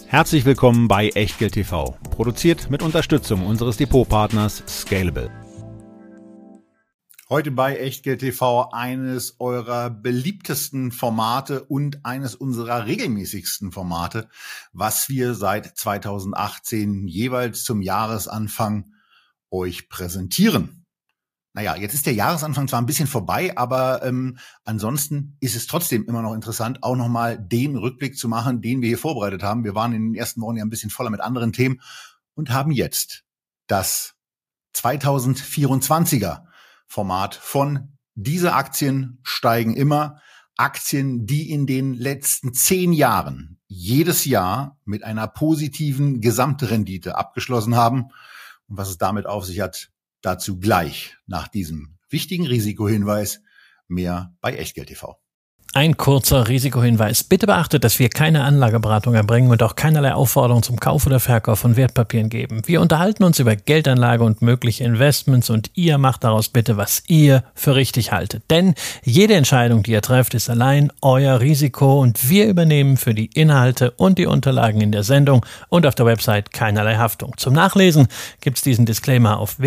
Herzlich willkommen bei Echtgeld TV, produziert mit Unterstützung unseres Depotpartners Scalable. Heute bei Echtgeld TV eines eurer beliebtesten Formate und eines unserer regelmäßigsten Formate, was wir seit 2018 jeweils zum Jahresanfang euch präsentieren. Naja, jetzt ist der Jahresanfang zwar ein bisschen vorbei, aber ansonsten ist es trotzdem immer noch interessant, auch nochmal den Rückblick zu machen, den wir hier vorbereitet haben. Wir waren in den ersten Wochen ja ein bisschen voller mit anderen Themen und haben jetzt das 2024er Format von Diese Aktien steigen immer. Aktien, die in den letzten 10 Jahren jedes Jahr mit einer positiven Gesamtrendite abgeschlossen haben. Und was es damit auf sich hat, dazu gleich nach diesem wichtigen Risikohinweis mehr bei Echtgeld TV. Ein kurzer Risikohinweis. Bitte beachtet, dass wir keine Anlageberatung erbringen und auch keinerlei Aufforderung zum Kauf oder Verkauf von Wertpapieren geben. Wir unterhalten uns über Geldanlage und mögliche Investments und ihr macht daraus bitte, was ihr für richtig haltet. Denn jede Entscheidung, die ihr trefft, ist allein euer Risiko und wir übernehmen für die Inhalte und die Unterlagen in der Sendung und auf der Website keinerlei Haftung. Zum Nachlesen gibt's diesen Disclaimer auf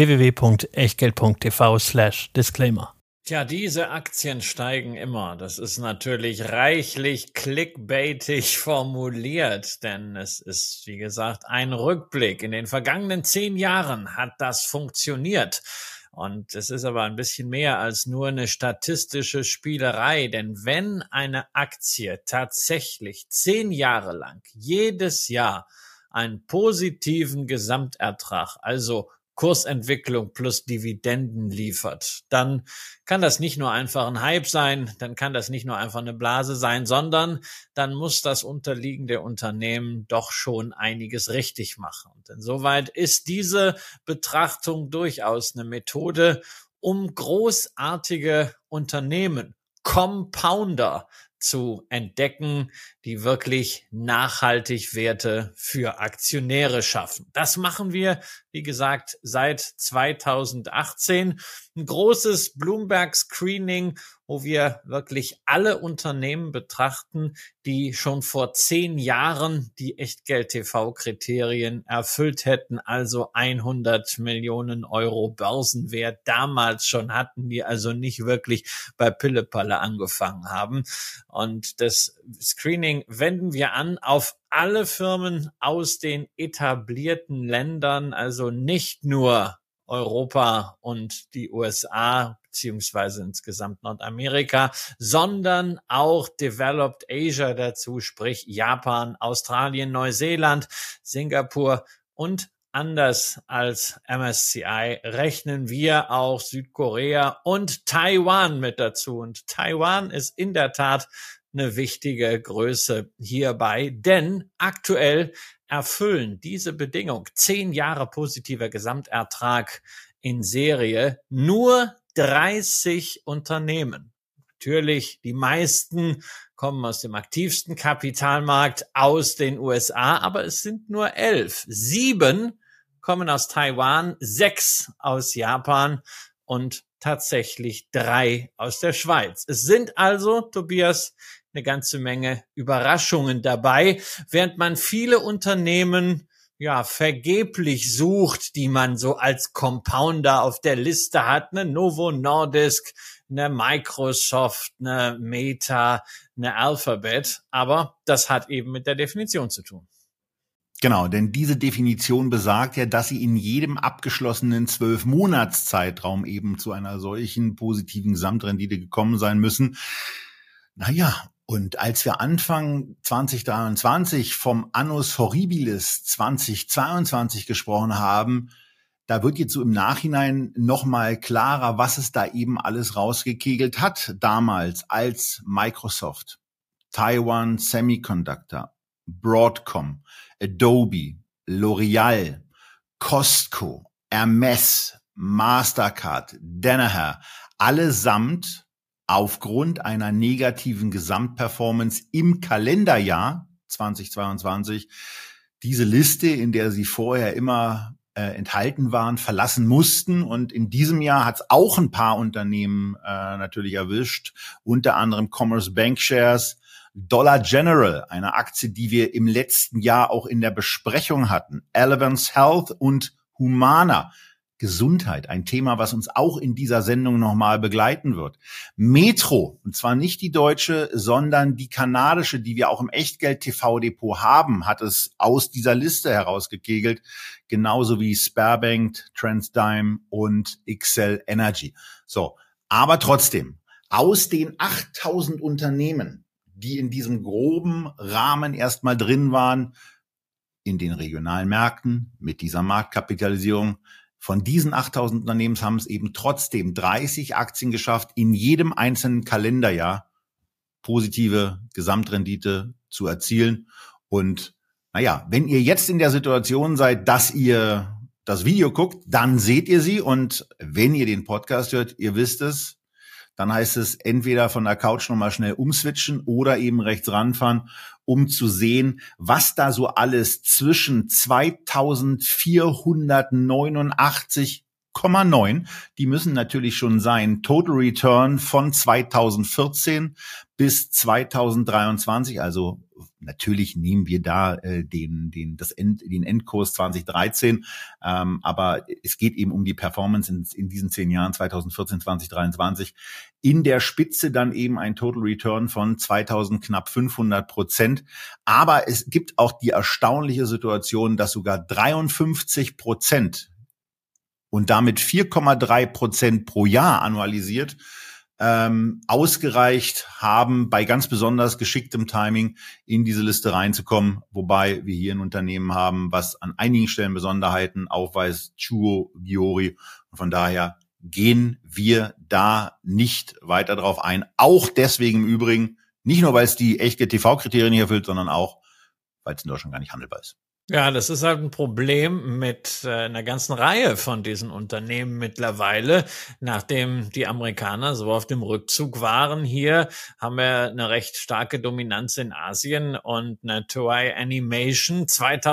www.echtgeld.tv/disclaimer. Tja, diese Aktien steigen immer. Das ist natürlich reichlich clickbaitig formuliert, denn es ist, wie gesagt, ein Rückblick. In den vergangenen 10 Jahren hat das funktioniert. Und es ist aber ein bisschen mehr als nur eine statistische Spielerei, denn wenn eine Aktie tatsächlich 10 Jahre lang jedes Jahr einen positiven Gesamtertrag, also Kursentwicklung plus Dividenden liefert, dann kann das nicht nur einfach ein Hype sein, dann kann das nicht nur einfach eine Blase sein, sondern dann muss das unterliegende Unternehmen doch schon einiges richtig machen. Und insoweit ist diese Betrachtung durchaus eine Methode, um großartige Unternehmen, Compounder, zu entdecken, die wirklich nachhaltig Werte für Aktionäre schaffen. Das machen wir, wie gesagt, seit 2018. Ein großes Bloomberg-Screening, wo wir wirklich alle Unternehmen betrachten, die schon vor 10 Jahren die Echtgeld-TV-Kriterien erfüllt hätten, also 100 Millionen Euro Börsenwert damals schon hatten, die also nicht wirklich bei Pillepalle angefangen haben. Und das Screening wenden wir an auf alle Firmen aus den etablierten Ländern, also nicht nur Europa und die USA beziehungsweise insgesamt Nordamerika, sondern auch Developed Asia dazu, sprich Japan, Australien, Neuseeland, Singapur und anders als MSCI rechnen wir auch Südkorea und Taiwan mit dazu. Und Taiwan ist in der Tat eine wichtige Größe hierbei, denn aktuell erfüllen diese Bedingung 10 Jahre positiver Gesamtertrag in Serie nur 30 Unternehmen. Natürlich, die meisten kommen aus dem aktivsten Kapitalmarkt aus den USA, aber es sind nur 11. 7 kommen aus Taiwan, 6 aus Japan und tatsächlich 3 aus der Schweiz. Es sind also, Tobias, eine ganze Menge Überraschungen dabei, während man viele Unternehmen vergeblich sucht, die man so als Compounder auf der Liste hat, eine Novo Nordisk, eine Microsoft, eine Meta, eine Alphabet, aber das hat eben mit der Definition zu tun. Genau, denn diese Definition besagt ja, dass sie in jedem abgeschlossenen 12-Monats-Zeitraum eben zu einer solchen positiven Gesamtrendite gekommen sein müssen. Naja, und als wir Anfang 2023 vom Annus Horribilis 2022 gesprochen haben, da wird jetzt so im Nachhinein nochmal klarer, was es da eben alles rausgekegelt hat damals, als Microsoft, Taiwan Semiconductor, Broadcom, Adobe, L'Oreal, Costco, Hermes, Mastercard, Danaher, allesamt aufgrund einer negativen Gesamtperformance im Kalenderjahr 2022 diese Liste, in der sie vorher immer enthalten waren, verlassen mussten. Und in diesem Jahr hat es auch ein paar Unternehmen natürlich erwischt, unter anderem Commerce Bank Shares, Dollar General, eine Aktie, die wir im letzten Jahr auch in der Besprechung hatten. Elevance Health und Humana. Gesundheit, ein Thema, was uns auch in dieser Sendung nochmal begleiten wird. Metro, und zwar nicht die deutsche, sondern die kanadische, die wir auch im Echtgeld-TV-Depot haben, hat es aus dieser Liste herausgekegelt, genauso wie Sberbank, TransDigm und Xcel Energy. So, aber trotzdem, aus den 8.000 Unternehmen, die in diesem groben Rahmen erstmal drin waren, in den regionalen Märkten mit dieser Marktkapitalisierung, von diesen 8.000 Unternehmen haben es eben trotzdem 30 Aktien geschafft, in jedem einzelnen Kalenderjahr positive Gesamtrendite zu erzielen. Und naja, wenn ihr jetzt in der Situation seid, dass ihr das Video guckt, dann seht ihr sie. Und wenn ihr den Podcast hört, ihr wisst es, dann heißt es entweder von der Couch nochmal schnell umswitchen oder eben rechts ranfahren, um zu sehen, was da so alles zwischen 2.489,9, die müssen natürlich schon sein, Total Return von 2014 bis 2023, also natürlich nehmen wir da den Endkurs 2013, aber es geht eben um die Performance in diesen 10 Jahren 2014, 2023. In der Spitze dann eben ein Total Return von 2000 knapp 500%. Aber es gibt auch die erstaunliche Situation, dass sogar 53% und damit 4,3% pro Jahr annualisiert ausgereicht haben, bei ganz besonders geschicktem Timing in diese Liste reinzukommen, wobei wir hier ein Unternehmen haben, was an einigen Stellen Besonderheiten aufweist, Chuo, Giori, und von daher gehen wir da nicht weiter drauf ein. Auch deswegen im Übrigen, nicht nur, weil es die Echtgeld-TV-Kriterien nicht erfüllt, sondern auch, weil es in Deutschland gar nicht handelbar ist. Ja, das ist halt ein Problem mit einer ganzen Reihe von diesen Unternehmen mittlerweile. Nachdem die Amerikaner so auf dem Rückzug waren hier, haben wir eine recht starke Dominanz in Asien und eine Toei Animation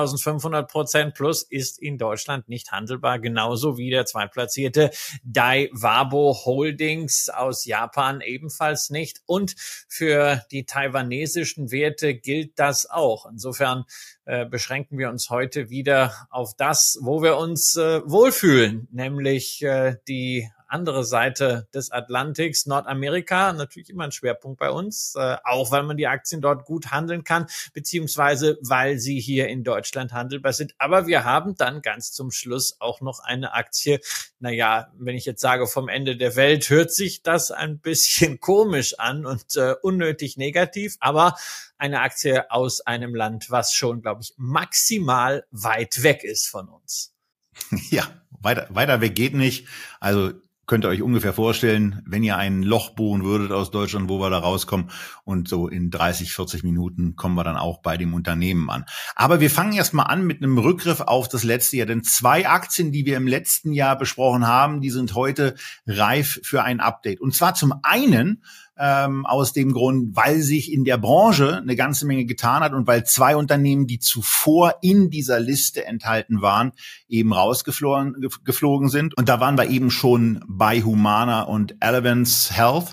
2500% plus ist in Deutschland nicht handelbar, genauso wie der zweitplatzierte Dai Wabo Holdings aus Japan ebenfalls nicht. Und für die taiwanesischen Werte gilt das auch. Insofern beschränken wir uns heute wieder auf das, wo wir uns wohlfühlen, nämlich die andere Seite des Atlantiks, Nordamerika, natürlich immer ein Schwerpunkt bei uns, auch weil man die Aktien dort gut handeln kann, beziehungsweise weil sie hier in Deutschland handelbar sind. Aber wir haben dann ganz zum Schluss auch noch eine Aktie. Naja, wenn ich jetzt sage vom Ende der Welt, hört sich das ein bisschen komisch an und unnötig negativ, aber eine Aktie aus einem Land, was schon, glaube ich, maximal weit weg ist von uns. Ja, weiter weg geht nicht. Also könnt ihr euch ungefähr vorstellen, wenn ihr ein Loch bohren würdet aus Deutschland, wo wir da rauskommen, und so in 30, 40 Minuten kommen wir dann auch bei dem Unternehmen an. Aber wir fangen erstmal an mit einem Rückgriff auf das letzte Jahr, denn 2 Aktien, die wir im letzten Jahr besprochen haben, die sind heute reif für ein Update. Und zwar zum einen aus dem Grund, weil sich in der Branche eine ganze Menge getan hat und weil 2 Unternehmen, die zuvor in dieser Liste enthalten waren, eben rausgeflogen sind. Und da waren wir eben schon bei Humana und Elevance Health.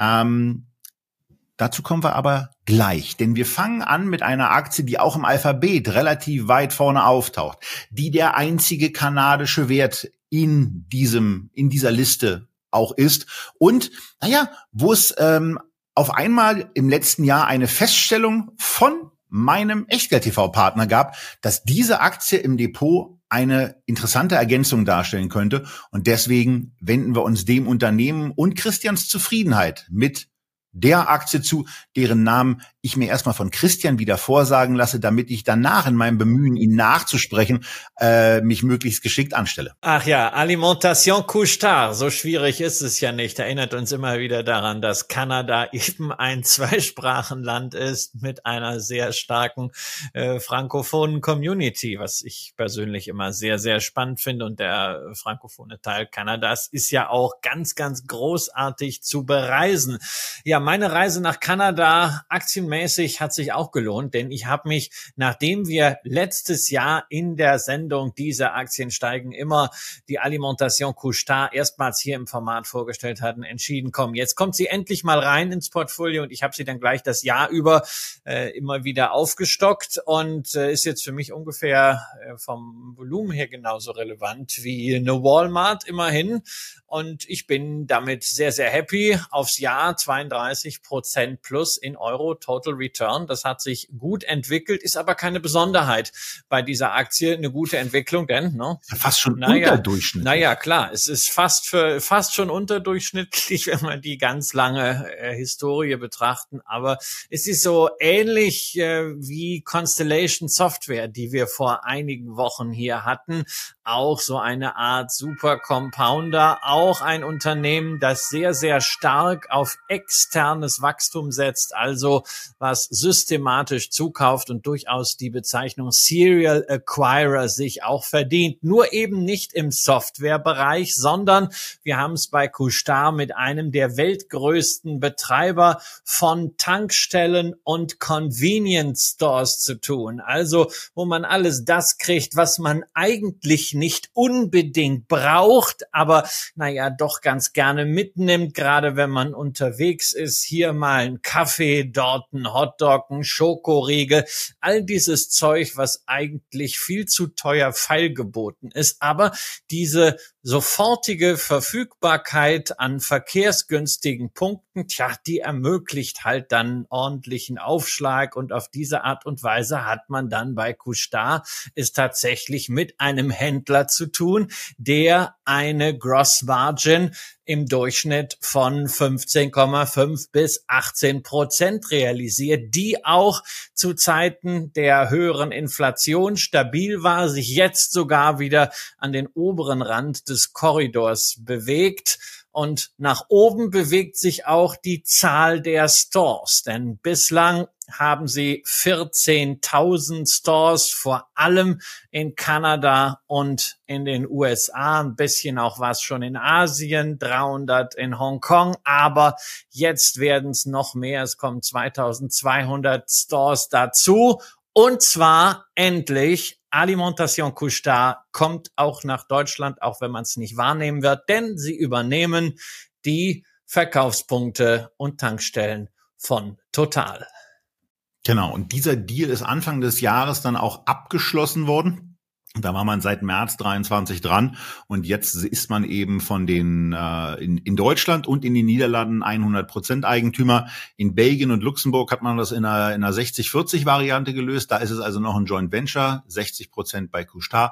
Dazu kommen wir aber gleich, denn wir fangen an mit einer Aktie, die auch im Alphabet relativ weit vorne auftaucht, die der einzige kanadische Wert in dieser Liste auch ist. Und naja, wo es auf einmal im letzten Jahr eine Feststellung von meinem Echtgeld-TV-Partner gab, dass diese Aktie im Depot eine interessante Ergänzung darstellen könnte. Und deswegen wenden wir uns dem Unternehmen und Christians Zufriedenheit mit der Aktie zu, deren Namen ich mir erstmal von Christian wieder vorsagen lasse, damit ich danach in meinem Bemühen, ihn nachzusprechen, mich möglichst geschickt anstelle. Ach ja, Alimentation Couche-Tard, so schwierig ist es ja nicht. Erinnert uns immer wieder daran, dass Kanada eben ein Zweisprachenland ist mit einer sehr starken frankophonen Community, was ich persönlich immer sehr, sehr spannend finde. Und der frankophone Teil Kanadas ist ja auch ganz, ganz großartig zu bereisen. Ja, meine Reise nach Kanada, Aktienmenge Karma-mäßig hat sich auch gelohnt, denn ich habe mich, nachdem wir letztes Jahr in der Sendung Diese Aktien steigen immer die Alimentation Couche-Tard erstmals hier im Format vorgestellt hatten, entschieden, komm, jetzt kommt sie endlich mal rein ins Portfolio und ich habe sie dann gleich das Jahr über immer wieder aufgestockt und ist jetzt für mich ungefähr vom Volumen her genauso relevant wie eine Walmart immerhin. Und ich bin damit sehr, sehr happy. Aufs Jahr 32% plus in Euro Total Return. Das hat sich gut entwickelt, ist aber keine Besonderheit bei dieser Aktie. Eine gute Entwicklung, denn fast schon unterdurchschnittlich. Naja, klar, es ist fast schon unterdurchschnittlich, wenn wir die ganz lange Historie betrachten. Aber es ist so ähnlich wie Constellation Software, die wir vor einigen Wochen hier hatten. Auch so eine Art Super Compounder, auch ein Unternehmen, das sehr, sehr stark auf externes Wachstum setzt, also was systematisch zukauft und durchaus die Bezeichnung Serial Acquirer sich auch verdient. Nur eben nicht im Softwarebereich, sondern wir haben es bei Couche-Tard mit einem der weltgrößten Betreiber von Tankstellen und Convenience Stores zu tun. Also, wo man alles das kriegt, was man eigentlich nicht unbedingt braucht, aber naja, doch ganz gerne mitnimmt, gerade wenn man unterwegs ist. Hier mal ein Kaffee, dort ein Hotdog, ein Schokoriegel, all dieses Zeug, was eigentlich viel zu teuer feilgeboten ist. Aber diese sofortige Verfügbarkeit an verkehrsgünstigen Punkten, die ermöglicht halt dann ordentlichen Aufschlag und auf diese Art und Weise hat man dann bei Couche-Tard es tatsächlich mit einem Händler zu tun, der eine Gross Margin im Durchschnitt von 15,5 bis 18% realisiert, die auch zu Zeiten der höheren Inflation stabil war, sich jetzt sogar wieder an den oberen Rand des Korridors bewegt. Und nach oben bewegt sich auch die Zahl der Stores, denn bislang haben sie 14.000 Stores, vor allem in Kanada und in den USA, ein bisschen auch was schon in Asien, 300 in Hongkong, aber jetzt werden es noch mehr, es kommen 2.200 Stores dazu und zwar endlich Alimentation Couche-Tard kommt auch nach Deutschland, auch wenn man es nicht wahrnehmen wird, denn sie übernehmen die Verkaufspunkte und Tankstellen von Total. Genau, und dieser Deal ist Anfang des Jahres dann auch abgeschlossen worden. Da war man seit März 23 dran und jetzt ist man eben von den in Deutschland und in den Niederlanden 100% Eigentümer. In Belgien und Luxemburg hat man das in einer 60-40-Variante gelöst. Da ist es also noch ein Joint Venture, 60% bei Couche-Tard,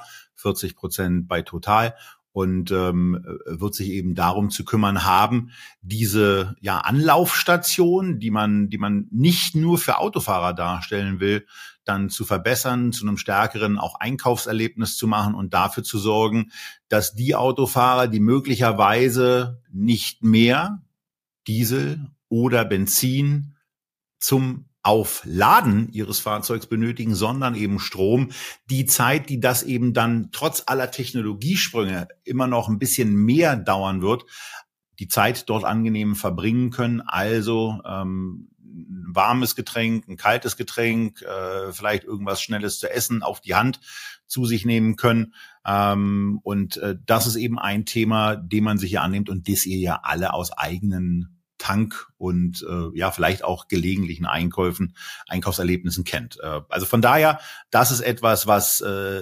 40% bei Total. Und wird sich eben darum zu kümmern haben, diese Anlaufstation, die man nicht nur für Autofahrer darstellen will, dann zu verbessern, zu einem stärkeren auch Einkaufserlebnis zu machen und dafür zu sorgen, dass die Autofahrer, die möglicherweise nicht mehr Diesel oder Benzin zum Aufladen ihres Fahrzeugs benötigen, sondern eben Strom. Die Zeit, die das eben dann trotz aller Technologiesprünge immer noch ein bisschen mehr dauern wird, die Zeit dort angenehm verbringen können. Also ein warmes Getränk, ein kaltes Getränk, vielleicht irgendwas Schnelles zu essen auf die Hand zu sich nehmen können. Und das ist eben ein Thema, dem man sich hier annimmt und das ihr ja alle aus eigenen Tank und vielleicht auch gelegentlichen Einkaufserlebnissen kennt. Also von daher, das ist etwas, was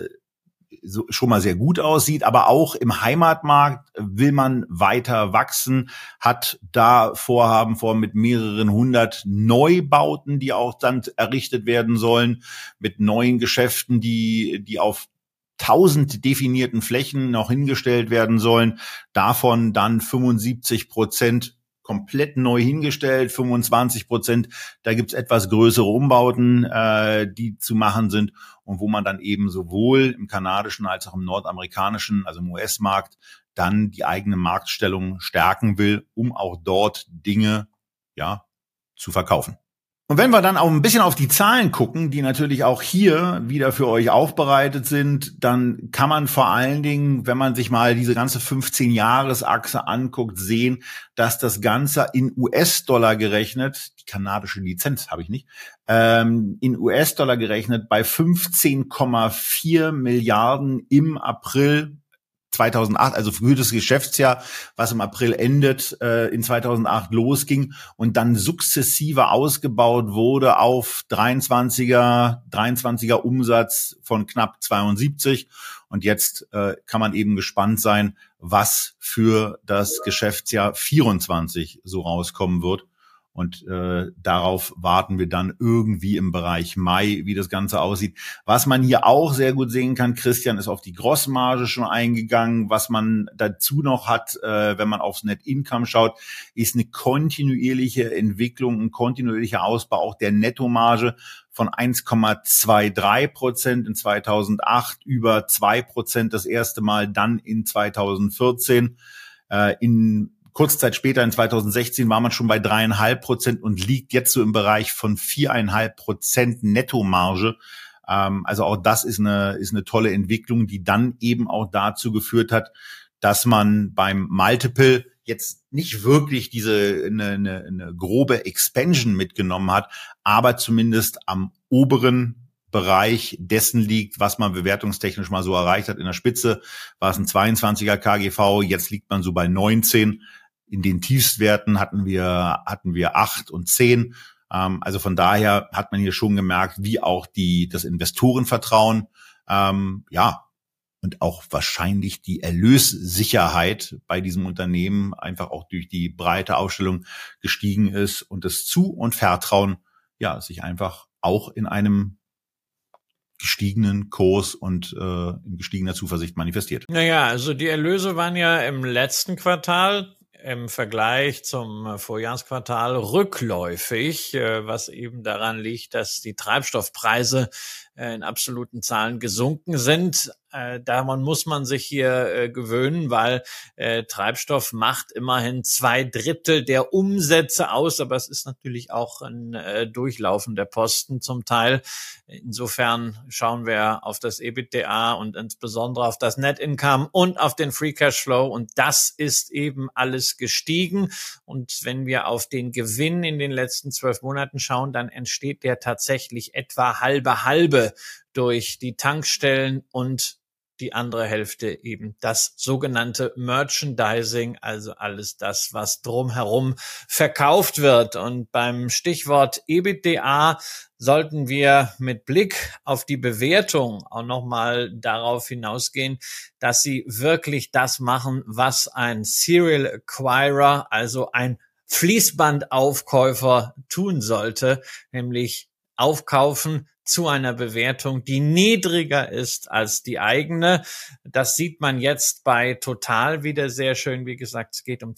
so schon mal sehr gut aussieht, aber auch im Heimatmarkt will man weiter wachsen, hat da Vorhaben vor mit mehreren 100 Neubauten, die auch dann errichtet werden sollen, mit neuen Geschäften, die auf 1000 definierten Flächen noch hingestellt werden sollen, davon dann 75% komplett neu hingestellt, 25%, da gibt's etwas größere Umbauten, die zu machen sind und wo man dann eben sowohl im kanadischen als auch im nordamerikanischen, also im US-Markt, dann die eigene Marktstellung stärken will, um auch dort Dinge zu verkaufen. Und wenn wir dann auch ein bisschen auf die Zahlen gucken, die natürlich auch hier wieder für euch aufbereitet sind, dann kann man vor allen Dingen, wenn man sich mal diese ganze 15-Jahres-Achse anguckt, sehen, dass das Ganze in US-Dollar gerechnet, die kanadische Lizenz habe ich nicht, in US-Dollar gerechnet bei 15,4 Milliarden im April 2008, also für das Geschäftsjahr, was im April endet, in 2008 losging und dann sukzessive ausgebaut wurde auf 23er Umsatz von knapp 72. Und jetzt kann man eben gespannt sein, was für das Geschäftsjahr 24 so rauskommen wird. Und darauf warten wir dann irgendwie im Bereich Mai, wie das Ganze aussieht. Was man hier auch sehr gut sehen kann, Christian ist auf die Grossmarge schon eingegangen. Was man dazu noch hat, wenn man aufs Net Income schaut, ist eine kontinuierliche Entwicklung, ein kontinuierlicher Ausbau auch der Nettomarge von 1,23% in 2008 über 2% das erste Mal dann in 2014. Kurze Zeit später, in 2016, war man schon bei 3,5% und liegt jetzt so im Bereich von 4,5% Nettomarge. Also auch das ist eine tolle Entwicklung, die dann eben auch dazu geführt hat, dass man beim Multiple jetzt nicht wirklich eine grobe Expansion mitgenommen hat, aber zumindest am oberen Bereich dessen liegt, was man bewertungstechnisch mal so erreicht hat. In der Spitze war es ein 22er KGV, jetzt liegt man so bei 19. In den Tiefstwerten hatten wir 8 und 10. Also von daher hat man hier schon gemerkt, wie auch das Investorenvertrauen, und auch wahrscheinlich die Erlössicherheit bei diesem Unternehmen einfach auch durch die breite Aufstellung gestiegen ist und das Zu- und Vertrauen, sich einfach auch in einem gestiegenen Kurs und in gestiegener Zuversicht manifestiert. Naja, also die Erlöse waren ja im letzten Quartal im Vergleich zum Vorjahresquartal rückläufig, was eben daran liegt, dass die Treibstoffpreise in absoluten Zahlen gesunken sind. Daran muss man sich hier gewöhnen, weil Treibstoff macht immerhin 2/3 der Umsätze aus, aber es ist natürlich auch ein durchlaufender Posten zum Teil. Insofern schauen wir auf das EBITDA und insbesondere auf das Net Income und auf den Free Cashflow und das ist eben alles gestiegen. Und wenn wir auf den Gewinn in den letzten 12 Monaten schauen, dann entsteht der tatsächlich etwa halbe durch die Tankstellen und die andere Hälfte eben das sogenannte Merchandising, also alles das, was drumherum verkauft wird. Und beim Stichwort EBITDA sollten wir mit Blick auf die Bewertung auch nochmal darauf hinausgehen, dass sie wirklich das machen, was ein Serial Acquirer, also ein Fließbandaufkäufer tun sollte, nämlich aufkaufen zu einer Bewertung, die niedriger ist als die eigene. Das sieht man jetzt bei Total wieder sehr schön. Wie gesagt, es geht um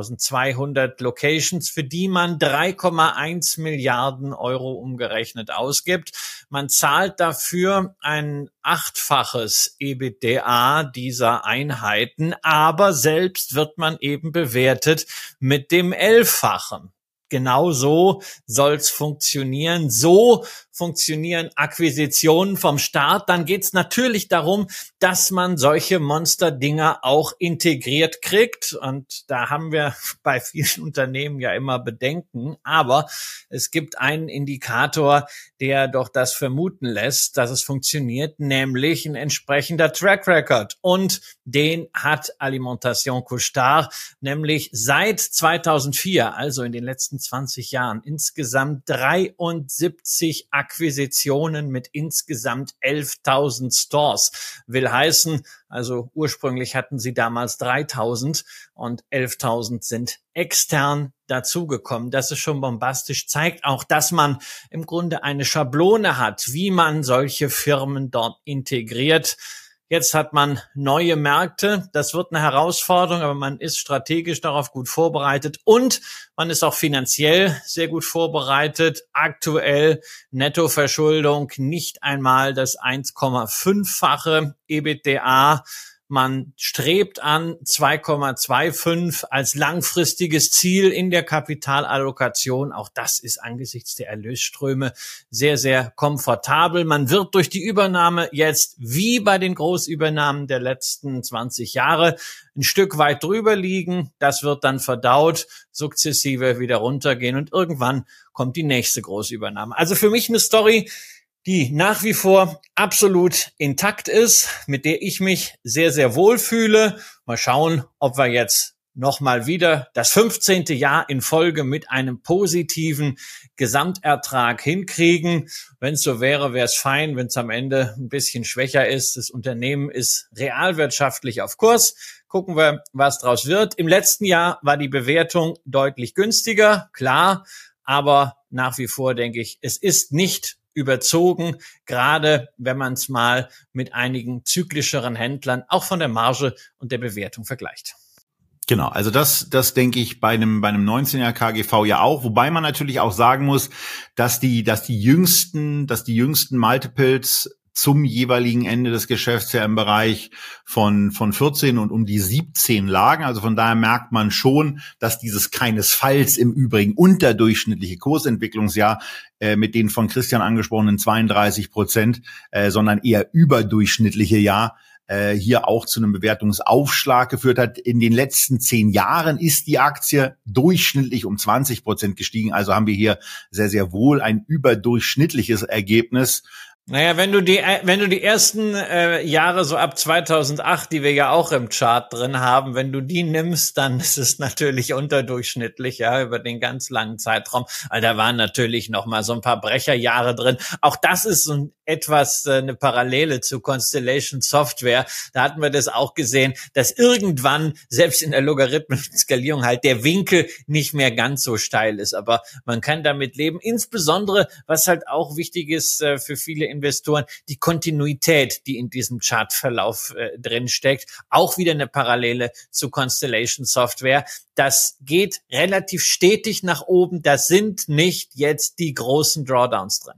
2200 Locations, für die man 3,1 Milliarden Euro umgerechnet ausgibt. Man zahlt dafür ein 8-faches EBITDA dieser Einheiten, aber selbst wird man eben bewertet mit dem 11-fachen. Genau so soll's funktionieren. So funktionieren Akquisitionen vom Start. Dann geht's natürlich darum, dass man solche Monsterdinger auch integriert kriegt. Und da haben wir bei vielen Unternehmen ja immer Bedenken. Aber es gibt einen Indikator, der doch das vermuten lässt, dass es funktioniert, nämlich ein entsprechender Track Record. Und den hat Alimentation Couche-Tard nämlich seit 2004, also in den letzten 20 Jahren, insgesamt 73 Akquisitionen mit insgesamt 11.000 Stores. Will heißen, also ursprünglich hatten sie damals 3.000 und 11.000 sind extern dazugekommen. Das ist schon bombastisch, zeigt auch, dass man im Grunde eine Schablone hat, wie man solche Firmen dort integriert. Jetzt hat man neue Märkte. Das wird eine Herausforderung, aber man ist strategisch darauf gut vorbereitet und man ist auch finanziell sehr gut vorbereitet. Aktuell Nettoverschuldung nicht einmal das 1,5-fache EBITDA. Man strebt an 2,25 als langfristiges Ziel in der Kapitalallokation. Auch das ist angesichts der Erlösströme sehr, sehr komfortabel. Man wird durch die Übernahme jetzt wie bei den Großübernahmen der letzten 20 Jahre ein Stück weit drüber liegen. Das wird dann verdaut, sukzessive wieder runtergehen und irgendwann kommt die nächste Großübernahme. Also für mich eine Story, die nach wie vor absolut intakt ist, mit der ich mich sehr, sehr wohl fühle. Mal schauen, ob wir jetzt nochmal wieder das 15. Jahr in Folge mit einem positiven Gesamtertrag hinkriegen. Wenn es so wäre, wäre es fein. Wenn es am Ende ein bisschen schwächer ist, das Unternehmen ist realwirtschaftlich auf Kurs. Gucken wir, was draus wird. Im letzten Jahr war die Bewertung deutlich günstiger, klar. Aber nach wie vor denke ich, es ist nicht überzogen, gerade wenn man es mal mit einigen zyklischeren Händlern auch von der Marge und der Bewertung vergleicht. Genau, also das denke ich bei einem 19er KGV ja auch, wobei man natürlich auch sagen muss, dass die jüngsten Multiples zum jeweiligen Ende des Geschäftsjahres im Bereich von 14 und um die 17 lagen. Also von daher merkt man schon, dass dieses keinesfalls im Übrigen unterdurchschnittliche Kursentwicklungsjahr mit den von Christian angesprochenen 32%, sondern eher überdurchschnittliche Jahr hier auch zu einem Bewertungsaufschlag geführt hat. In den letzten 10 Jahren ist die Aktie durchschnittlich um 20% gestiegen. Also haben wir hier sehr, sehr wohl ein überdurchschnittliches Ergebnis. Naja, wenn du die ersten Jahre so ab 2008, die wir ja auch im Chart drin haben, wenn du die nimmst, dann ist es natürlich unterdurchschnittlich, ja, über den ganz langen Zeitraum. Also da waren natürlich noch mal so ein paar Brecherjahre drin. Auch das ist so eine Parallele zu Constellation Software. Da hatten wir das auch gesehen, dass irgendwann, selbst in der logarithmischen Skalierung halt, der Winkel nicht mehr ganz so steil ist. Aber man kann damit leben. Insbesondere, was halt auch wichtig ist für viele Investoren, die Kontinuität, die in diesem Chartverlauf drin steckt. Auch wieder eine Parallele zu Constellation Software. Das geht relativ stetig nach oben. Das sind nicht jetzt die großen Drawdowns drin.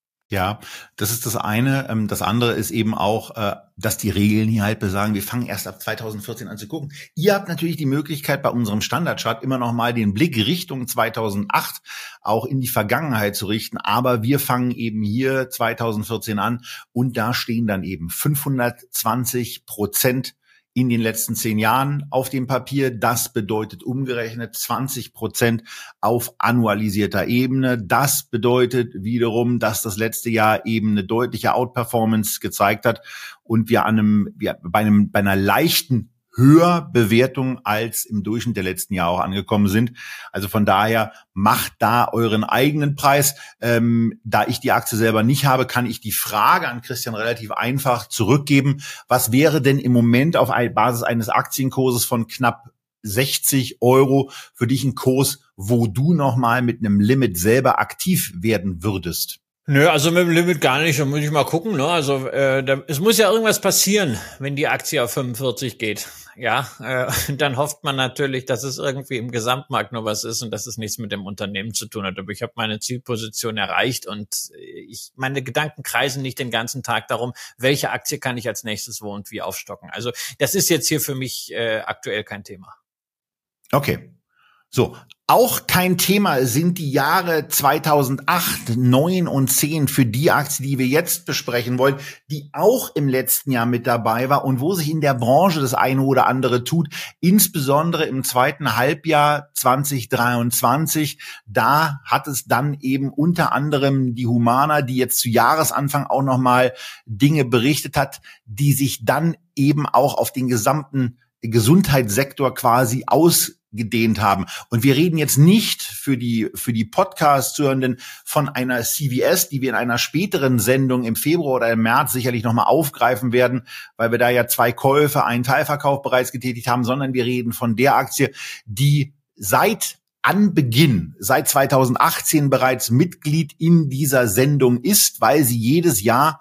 Ja, das ist das eine. Das andere ist eben auch, dass die Regeln hier halt besagen, wir fangen erst ab 2014 an zu gucken. Ihr habt natürlich die Möglichkeit, bei unserem Standardchart immer noch mal den Blick Richtung 2008 auch in die Vergangenheit zu richten. Aber wir fangen eben hier 2014 an und da stehen dann eben 520% in den letzten 10 Jahren auf dem Papier. Das bedeutet umgerechnet 20% auf annualisierter Ebene. Das bedeutet wiederum, dass das letzte Jahr eben eine deutliche Outperformance gezeigt hat und wir bei einer leichten Höherbewertung als im Durchschnitt der letzten Jahre auch angekommen sind. Also von daher macht da euren eigenen Preis. Da ich die Aktie selber nicht habe, kann ich die Frage an Christian relativ einfach zurückgeben. Was wäre denn im Moment auf Basis eines Aktienkurses von knapp 60 € für dich ein Kurs, wo du nochmal mit einem Limit selber aktiv werden würdest? Nö, also mit dem Limit gar nicht, da muss ich mal gucken, ne? Also es muss ja irgendwas passieren, wenn die Aktie auf 45 geht. Ja, dann hofft man natürlich, dass es irgendwie im Gesamtmarkt nur was ist und dass es nichts mit dem Unternehmen zu tun hat. Aber ich habe meine Zielposition erreicht und meine Gedanken kreisen nicht den ganzen Tag darum, welche Aktie kann ich als nächstes wo und wie aufstocken. Also das ist jetzt hier für mich aktuell kein Thema. Okay. So, auch kein Thema sind die Jahre 2008, 9 und 10 für die Aktie, die wir jetzt besprechen wollen, die auch im letzten Jahr mit dabei war und wo sich in der Branche das eine oder andere tut, insbesondere im zweiten Halbjahr 2023. Da hat es dann eben unter anderem die Humana, die jetzt zu Jahresanfang auch nochmal Dinge berichtet hat, die sich dann eben auch auf den gesamten Gesundheitssektor quasi ausgedehnt haben. Und wir reden jetzt nicht für die Podcast-Hörenden von einer CVS, die wir in einer späteren Sendung im Februar oder im März sicherlich nochmal aufgreifen werden, weil wir da ja 2 Käufe, einen Teilverkauf bereits getätigt haben, sondern wir reden von der Aktie, die seit Anbeginn, seit 2018 bereits Mitglied in dieser Sendung ist, weil sie jedes Jahr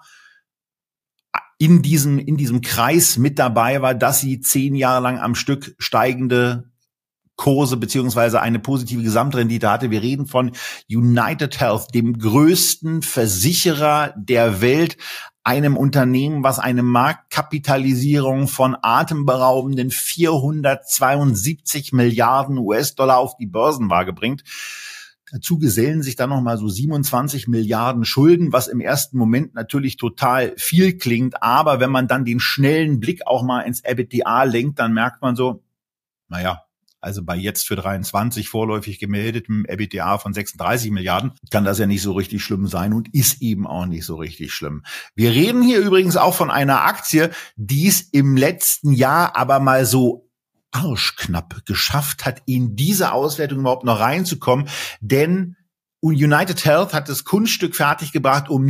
in diesem Kreis mit dabei war, dass sie 10 Jahre lang am Stück steigende Kurse beziehungsweise eine positive Gesamtrendite hatte. Wir reden von United Health, dem größten Versicherer der Welt, einem Unternehmen, was eine Marktkapitalisierung von atemberaubenden 472 Milliarden US-Dollar auf die Börsenwaage bringt. Dazu gesellen sich dann nochmal so 27 Milliarden Schulden, was im ersten Moment natürlich total viel klingt. Aber wenn man dann den schnellen Blick auch mal ins EBITDA lenkt, dann merkt man so, naja, also bei jetzt für 23 vorläufig gemeldetem EBITDA von 36 Milliarden kann das ja nicht so richtig schlimm sein und ist eben auch nicht so richtig schlimm. Wir reden hier übrigens auch von einer Aktie, die es im letzten Jahr aber mal so arschknapp geschafft hat, in diese Auswertung überhaupt noch reinzukommen, denn United Health hat das Kunststück fertiggebracht, um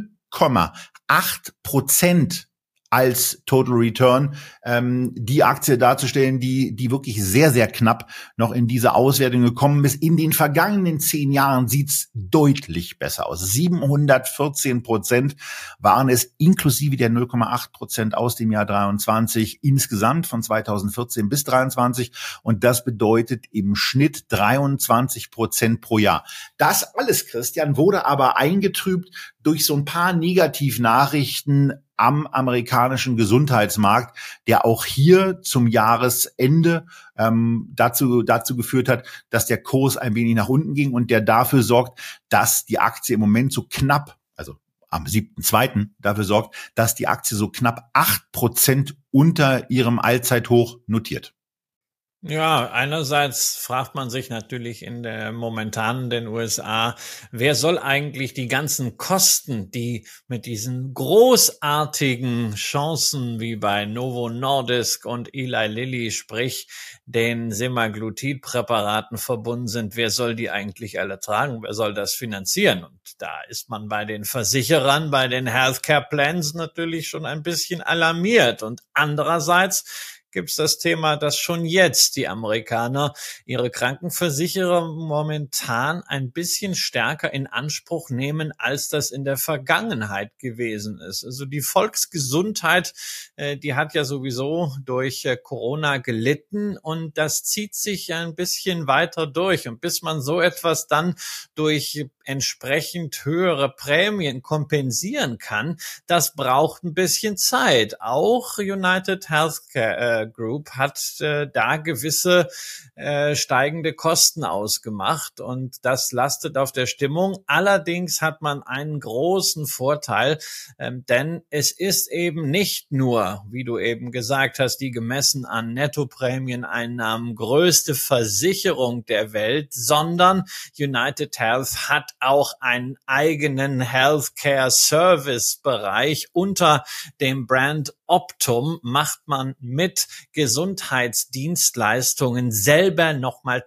0,8% als Total Return die Aktie darzustellen, die wirklich sehr, sehr knapp noch in diese Auswertung gekommen ist. In den vergangenen 10 Jahren sieht's deutlich besser aus. 714% waren es inklusive der 0,8% aus dem Jahr 23 insgesamt von 2014 bis 23 und das bedeutet im Schnitt 23% pro Jahr. Das alles, Christian, wurde aber eingetrübt durch so ein paar Negativnachrichten am amerikanischen Gesundheitsmarkt, der auch hier zum Jahresende dazu geführt hat, dass der Kurs ein wenig nach unten ging und der dafür sorgt, dass die Aktie im Moment so knapp, also am 7.2. dafür sorgt, dass die Aktie so knapp 8% unter ihrem Allzeithoch notiert. Ja, einerseits fragt man sich natürlich in der momentanen den USA, wer soll eigentlich die ganzen Kosten, die mit diesen großartigen Chancen wie bei Novo Nordisk und Eli Lilly, sprich den Semaglutid-Präparaten verbunden sind, wer soll die eigentlich alle tragen? Wer soll das finanzieren? Und da ist man bei den Versicherern, bei den Healthcare Plans natürlich schon ein bisschen alarmiert. Und andererseits gibt es das Thema, dass schon jetzt die Amerikaner ihre Krankenversicherer momentan ein bisschen stärker in Anspruch nehmen, als das in der Vergangenheit gewesen ist. Also die Volksgesundheit, die hat ja sowieso durch Corona gelitten und das zieht sich ja ein bisschen weiter durch. Und bis man so etwas dann durch entsprechend höhere Prämien kompensieren kann, das braucht ein bisschen Zeit. Auch United Healthcare Group hat da gewisse steigende Kosten ausgemacht und das lastet auf der Stimmung. Allerdings hat man einen großen Vorteil, denn es ist eben nicht nur, wie du eben gesagt hast, die gemessen an Nettoprämieneinnahmen größte Versicherung der Welt, sondern United Health hat auch einen eigenen Healthcare-Service-Bereich. Unter dem Brand Optum macht man mit Gesundheitsdienstleistungen selber nochmal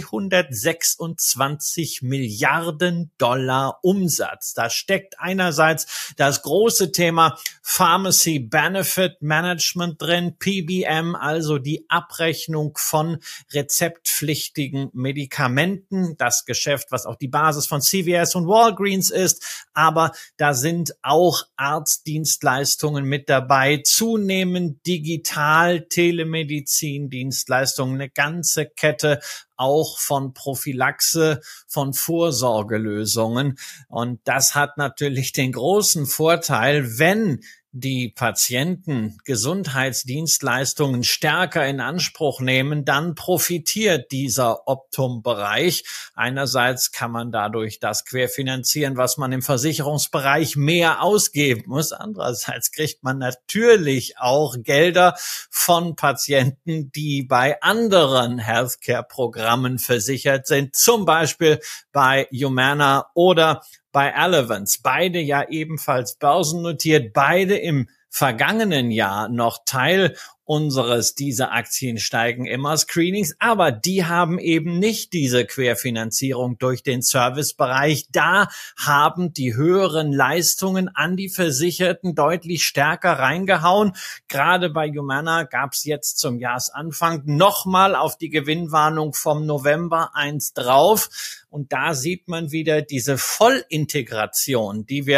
226 Milliarden Dollar Umsatz. Da steckt einerseits das große Thema Pharmacy Benefit Management drin, PBM, also die Abrechnung von rezeptpflichtigen Medikamenten, das Geschäft, was auch die Basis von CVS und Walgreens ist, aber da sind auch Arztdienstleistungen mit dabei, zunehmend digital, Telemedizin, Dienstleistungen, eine ganze Kette auch von Prophylaxe, von Vorsorgelösungen. Und das hat natürlich den großen Vorteil, wenn die Patienten Gesundheitsdienstleistungen stärker in Anspruch nehmen, dann profitiert dieser Optum-Bereich. Einerseits kann man dadurch das querfinanzieren, was man im Versicherungsbereich mehr ausgeben muss. Andererseits kriegt man natürlich auch Gelder von Patienten, die bei anderen Healthcare-Programmen versichert sind, zum Beispiel bei Humana oder bei Elevance, beide ja ebenfalls börsennotiert, beide im vergangenen Jahr noch Teil unseres "Diese Aktien steigen immer" Screenings, aber die haben eben nicht diese Querfinanzierung durch den Servicebereich. Da haben die höheren Leistungen an die Versicherten deutlich stärker reingehauen. Gerade bei Humana gab es jetzt zum Jahresanfang nochmal auf die Gewinnwarnung vom November 1 drauf. Und da sieht man wieder diese Vollintegration, die wir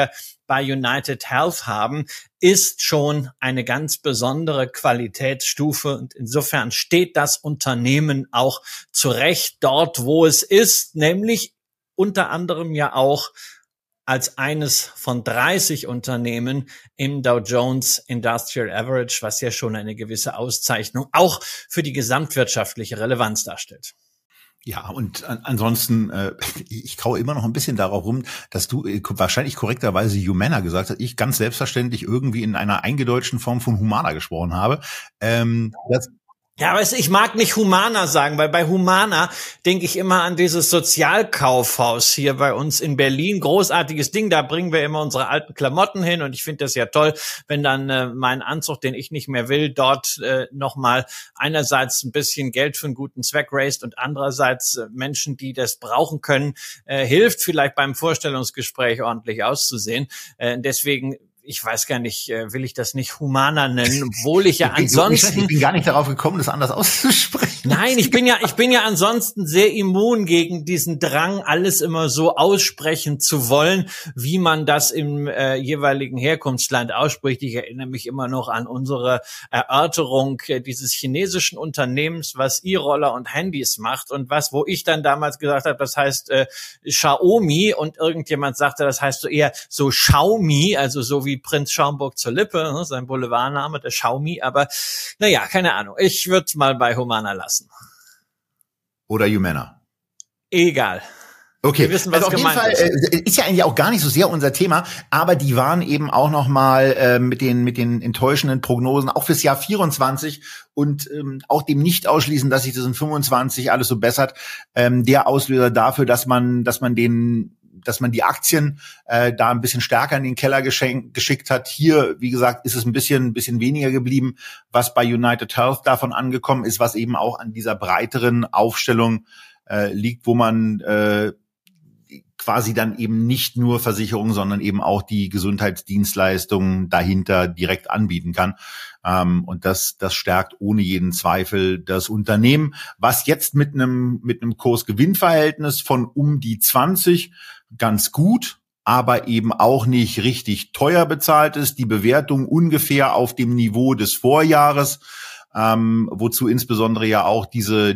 bei United Health haben, ist schon eine ganz besondere Qualitätsstufe. Und insofern steht das Unternehmen auch zu Recht dort, wo es ist, nämlich unter anderem ja auch als eines von 30 Unternehmen im Dow Jones Industrial Average, was ja schon eine gewisse Auszeichnung auch für die gesamtwirtschaftliche Relevanz darstellt. Ja, und ansonsten, ich kaue immer noch ein bisschen darauf rum, dass du wahrscheinlich korrekterweise Humana gesagt hast. Ich ganz selbstverständlich irgendwie in einer eingedeutschten Form von Humana gesprochen habe. Ja, weißt du, ich mag nicht Humana sagen, weil bei Humana denke ich immer an dieses Sozialkaufhaus hier bei uns in Berlin. Großartiges Ding, da bringen wir immer unsere alten Klamotten hin und ich finde das ja toll, wenn dann mein Anzug, den ich nicht mehr will, dort nochmal einerseits ein bisschen Geld für einen guten Zweck raised und andererseits Menschen, die das brauchen können, hilft vielleicht beim Vorstellungsgespräch ordentlich auszusehen. Deswegen, ich weiß gar nicht, will ich das nicht Humana nennen, obwohl ich ja ansonsten... Ich bin gar nicht darauf gekommen, das anders auszusprechen. Nein, ich bin ja ansonsten sehr immun gegen diesen Drang, alles immer so aussprechen zu wollen, wie man das im jeweiligen Herkunftsland ausspricht. Ich erinnere mich immer noch an unsere Erörterung dieses chinesischen Unternehmens, was E-Roller und Handys macht und wo ich dann damals gesagt habe, das heißt Xiaomi und irgendjemand sagte, das heißt so eher so Xiaomi, also so wie Prinz Schaumburg zur Lippe, ne, sein Boulevardname, der Xiaomi, aber naja, keine Ahnung. Ich würde mal bei Humana lassen. Oder Humana. Egal. Okay, wir wissen, was also auf gemeint jeden Fall ist ja eigentlich auch gar nicht so sehr unser Thema, aber die waren eben auch noch mal mit den enttäuschenden Prognosen auch fürs Jahr 24 und auch dem nicht ausschließen, dass sich das in 25 alles so bessert, der Auslöser dafür, dass man die Aktien da ein bisschen stärker in den Keller geschickt hat. Hier, wie gesagt, ist es ein bisschen weniger geblieben, was bei United Health davon angekommen ist, was eben auch an dieser breiteren Aufstellung liegt, wo man quasi dann eben nicht nur Versicherungen, sondern eben auch die Gesundheitsdienstleistungen dahinter direkt anbieten kann. Und das stärkt ohne jeden Zweifel das Unternehmen, was jetzt mit einem Kurs-Gewinn-Verhältnis von um die 20 ganz gut, aber eben auch nicht richtig teuer bezahlt ist. Die Bewertung ungefähr auf dem Niveau des Vorjahres, wozu insbesondere ja auch diese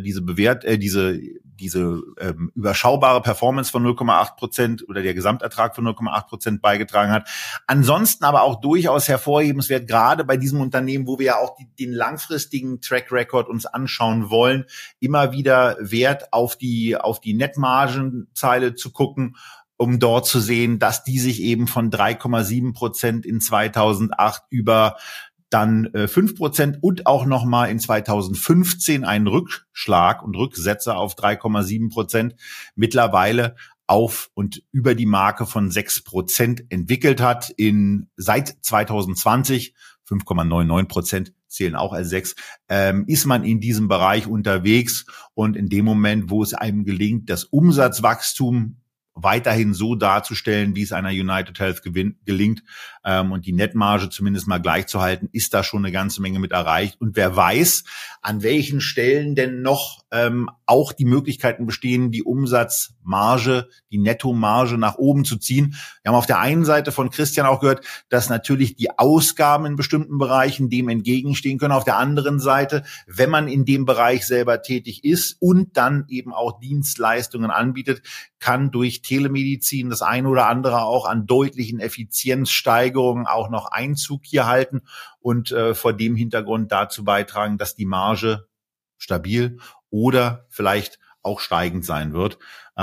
überschaubare Performance von 0,8% oder der Gesamtertrag von 0,8% beigetragen hat. Ansonsten aber auch durchaus hervorhebenswert, gerade bei diesem Unternehmen, wo wir ja auch den langfristigen Track Record uns anschauen wollen, immer wieder Wert auf die Netmargenzeile zu gucken, um dort zu sehen, dass die sich eben von 3,7% in 2008 über dann 5% und auch nochmal in 2015 einen Rückschlag und Rücksetzer auf 3,7% mittlerweile auf und über die Marke von 6% entwickelt hat. Seit 2020, 5,99% zählen auch als 6, ist man in diesem Bereich unterwegs und in dem Moment, wo es einem gelingt, das Umsatzwachstum weiterhin so darzustellen, wie es einer United Health gelingt und die Netmarge zumindest mal gleich zu halten, ist da schon eine ganze Menge mit erreicht. Und wer weiß, an welchen Stellen denn noch auch die Möglichkeiten bestehen, die Umsatzmarge, die Nettomarge nach oben zu ziehen. Wir haben auf der einen Seite von Christian auch gehört, dass natürlich die Ausgaben in bestimmten Bereichen dem entgegenstehen können. Auf der anderen Seite, wenn man in dem Bereich selber tätig ist und dann eben auch Dienstleistungen anbietet, kann durch Telemedizin das eine oder andere auch an deutlichen Effizienzsteigerungen auch noch Einzug hier halten und vor dem Hintergrund dazu beitragen, dass die Marge stabil oder vielleicht auch steigend sein wird.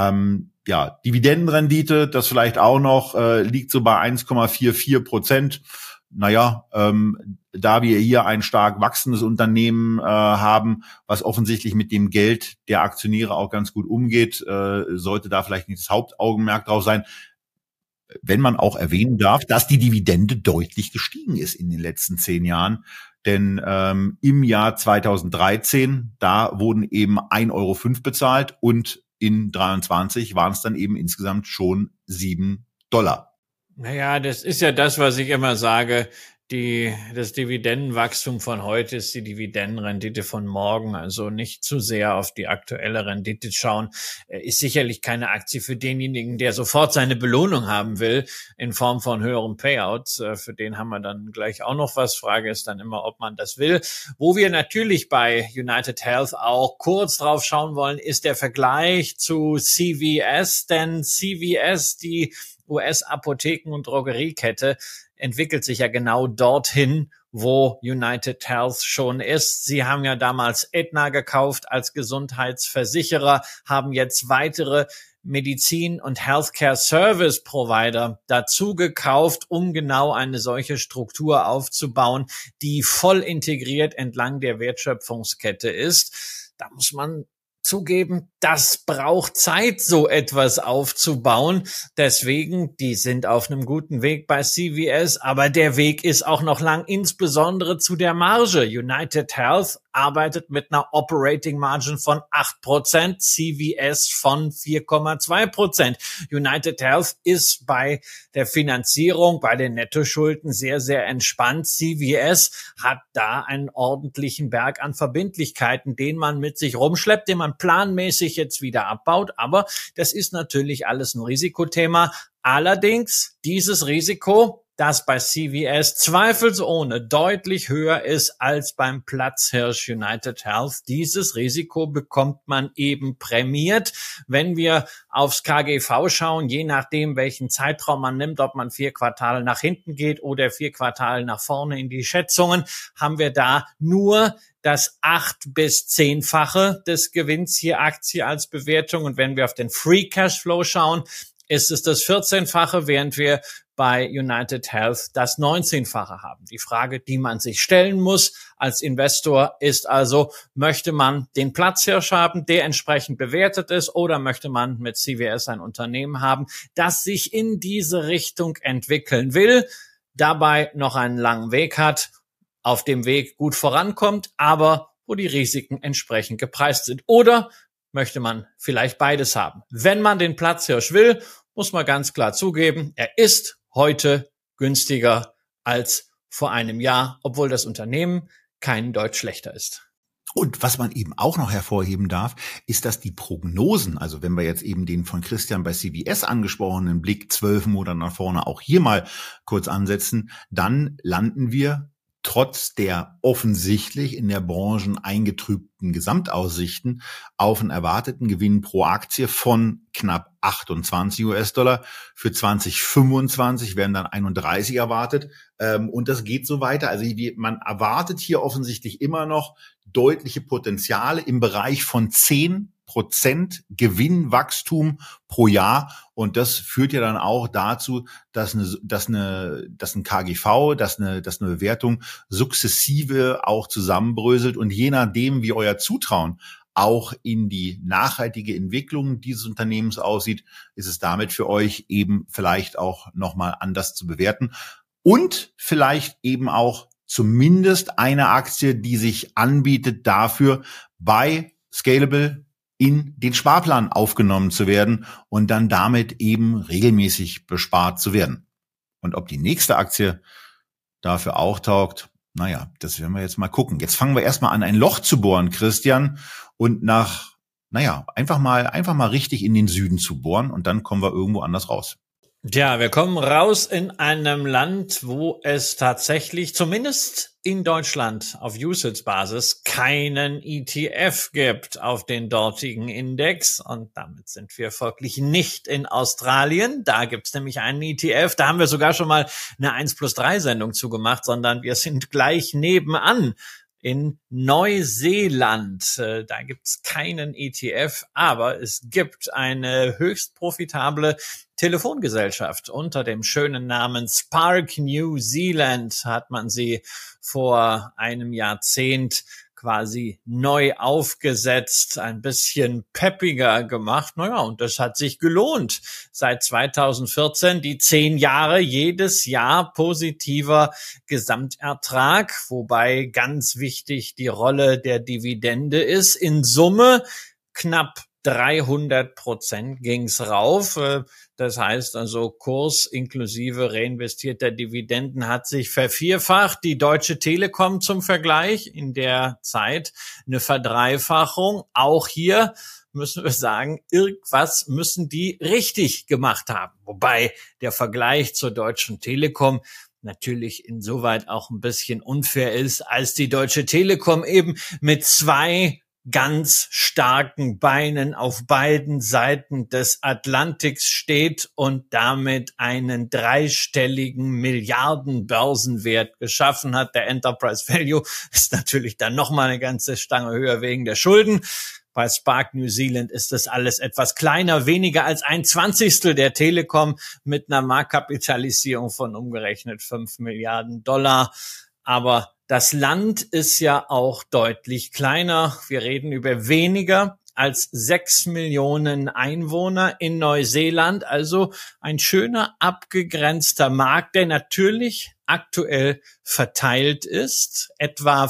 Dividendenrendite, das vielleicht auch noch, liegt so bei 1,44%. Naja, da wir hier ein stark wachsendes Unternehmen haben, was offensichtlich mit dem Geld der Aktionäre auch ganz gut umgeht, sollte da vielleicht nicht das Hauptaugenmerk drauf sein. Wenn man auch erwähnen darf, dass die Dividende deutlich gestiegen ist in den letzten 10 Jahren. Denn im Jahr 2013, da wurden eben 1,05 € bezahlt und in 23 waren es dann eben insgesamt schon $7. Naja, das ist ja das, was ich immer sage. das Dividendenwachstum von heute ist die Dividendenrendite von morgen. Also nicht zu sehr auf die aktuelle Rendite schauen. Ist sicherlich keine Aktie für denjenigen, der sofort seine Belohnung haben will in Form von höheren Payouts. Für den haben wir dann gleich auch noch was. Frage ist dann immer, ob man das will. Wo wir natürlich bei United Health auch kurz drauf schauen wollen, ist der Vergleich zu CVS. Denn CVS, die US-Apotheken- und Drogeriekette, entwickelt sich ja genau dorthin, wo United Health schon ist. Sie haben ja damals Aetna gekauft als Gesundheitsversicherer, haben jetzt weitere Medizin- und Healthcare-Service-Provider dazu gekauft, um genau eine solche Struktur aufzubauen, die voll integriert entlang der Wertschöpfungskette ist. Da muss man zugeben, das braucht Zeit, so etwas aufzubauen. Deswegen, die sind auf einem guten Weg bei CVS, aber der Weg ist auch noch lang, insbesondere zu der Marge. United Health arbeitet mit einer Operating Margin von 8%, CVS von 4,2%. United Health ist bei der Finanzierung, bei den Nettoschulden sehr, sehr entspannt. CVS hat da einen ordentlichen Berg an Verbindlichkeiten, den man mit sich rumschleppt, den man planmäßig jetzt wieder abbaut. Aber das ist natürlich alles ein Risikothema. Allerdings dieses Risiko, das bei CVS zweifelsohne deutlich höher ist als beim Platzhirsch United Health. Dieses Risiko bekommt man eben prämiert. Wenn wir aufs KGV schauen, je nachdem, welchen Zeitraum man nimmt, ob man 4 Quartale nach hinten geht oder 4 Quartale nach vorne in die Schätzungen, haben wir da nur das 8- bis 10-fache des Gewinns je Aktie als Bewertung. Und wenn wir auf den Free Cashflow schauen, ist es das 14-fache, während wir bei United Health das 19-fache haben. Die Frage, die man sich stellen muss als Investor, ist also, möchte man den Platzhirsch haben, der entsprechend bewertet ist, oder möchte man mit CVS ein Unternehmen haben, das sich in diese Richtung entwickeln will, dabei noch einen langen Weg hat, auf dem Weg gut vorankommt, aber wo die Risiken entsprechend gepreist sind? Oder möchte man vielleicht beides haben? Wenn man den Platzhirsch will, muss man ganz klar zugeben, er ist heute günstiger als vor einem Jahr, obwohl das Unternehmen kein Deut schlechter ist. Und was man eben auch noch hervorheben darf, ist, dass die Prognosen, also wenn wir jetzt eben den von Christian bei CVS angesprochenen Blick 12 Monate nach vorne auch hier mal kurz ansetzen, dann landen wir trotz der offensichtlich in der Branche eingetrübten Gesamtaussichten auf einen erwarteten Gewinn pro Aktie von knapp 28 US-Dollar. Für 2025 werden dann 31 erwartet. Und das geht so weiter. Also man erwartet hier offensichtlich immer noch deutliche Potenziale im Bereich von 10% Gewinnwachstum pro Jahr. Und das führt ja dann auch dazu, dass ein KGV, dass eine Bewertung sukzessive auch zusammenbröselt. Und je nachdem, wie euer Zutrauen auch in die nachhaltige Entwicklung dieses Unternehmens aussieht, ist es damit für euch eben vielleicht auch nochmal anders zu bewerten. Und vielleicht eben auch zumindest eine Aktie, die sich anbietet, dafür bei Scalable in den Sparplan aufgenommen zu werden und dann damit eben regelmäßig bespart zu werden. Und ob die nächste Aktie dafür auch taugt, naja, das werden wir jetzt mal gucken. Jetzt fangen wir erstmal an, ein Loch zu bohren, Christian, und einfach mal richtig in den Süden zu bohren, und dann kommen wir irgendwo anders raus. Ja, wir kommen raus in einem Land, wo es tatsächlich, zumindest in Deutschland auf Usage-Basis, keinen ETF gibt auf den dortigen Index. Und damit sind wir folglich nicht in Australien. Da gibt's nämlich einen ETF. Da haben wir sogar schon mal eine 1+3-Sendung zugemacht, sondern wir sind gleich nebenan. In Neuseeland, da gibt's keinen ETF, aber es gibt eine höchst profitable Telefongesellschaft unter dem schönen Namen Spark New Zealand. Hat man sie vor einem Jahrzehnt quasi neu aufgesetzt, ein bisschen peppiger gemacht. Naja, und das hat sich gelohnt. Seit 2014 die 10 Jahre, jedes Jahr positiver Gesamtertrag, wobei ganz wichtig die Rolle der Dividende ist. In Summe knapp 300% ging's rauf. Das heißt also, Kurs inklusive reinvestierter Dividenden hat sich vervierfacht. Die Deutsche Telekom zum Vergleich in der Zeit eine Verdreifachung. Auch hier müssen wir sagen, irgendwas müssen die richtig gemacht haben. Wobei der Vergleich zur Deutschen Telekom natürlich insoweit auch ein bisschen unfair ist, als die Deutsche Telekom eben mit 2 ganz starken Beinen auf beiden Seiten des Atlantiks steht und damit einen 3-stelligen Milliarden-Börsenwert geschaffen hat. Der Enterprise Value ist natürlich dann nochmal eine ganze Stange höher wegen der Schulden. Bei Spark New Zealand ist das alles etwas kleiner, weniger als 1/20 der Telekom mit einer Marktkapitalisierung von umgerechnet $5 Milliarden. Aber das Land ist ja auch deutlich kleiner. Wir reden über weniger als 6 Millionen Einwohner in Neuseeland. Also ein schöner, abgegrenzter Markt, der natürlich aktuell verteilt ist. Etwa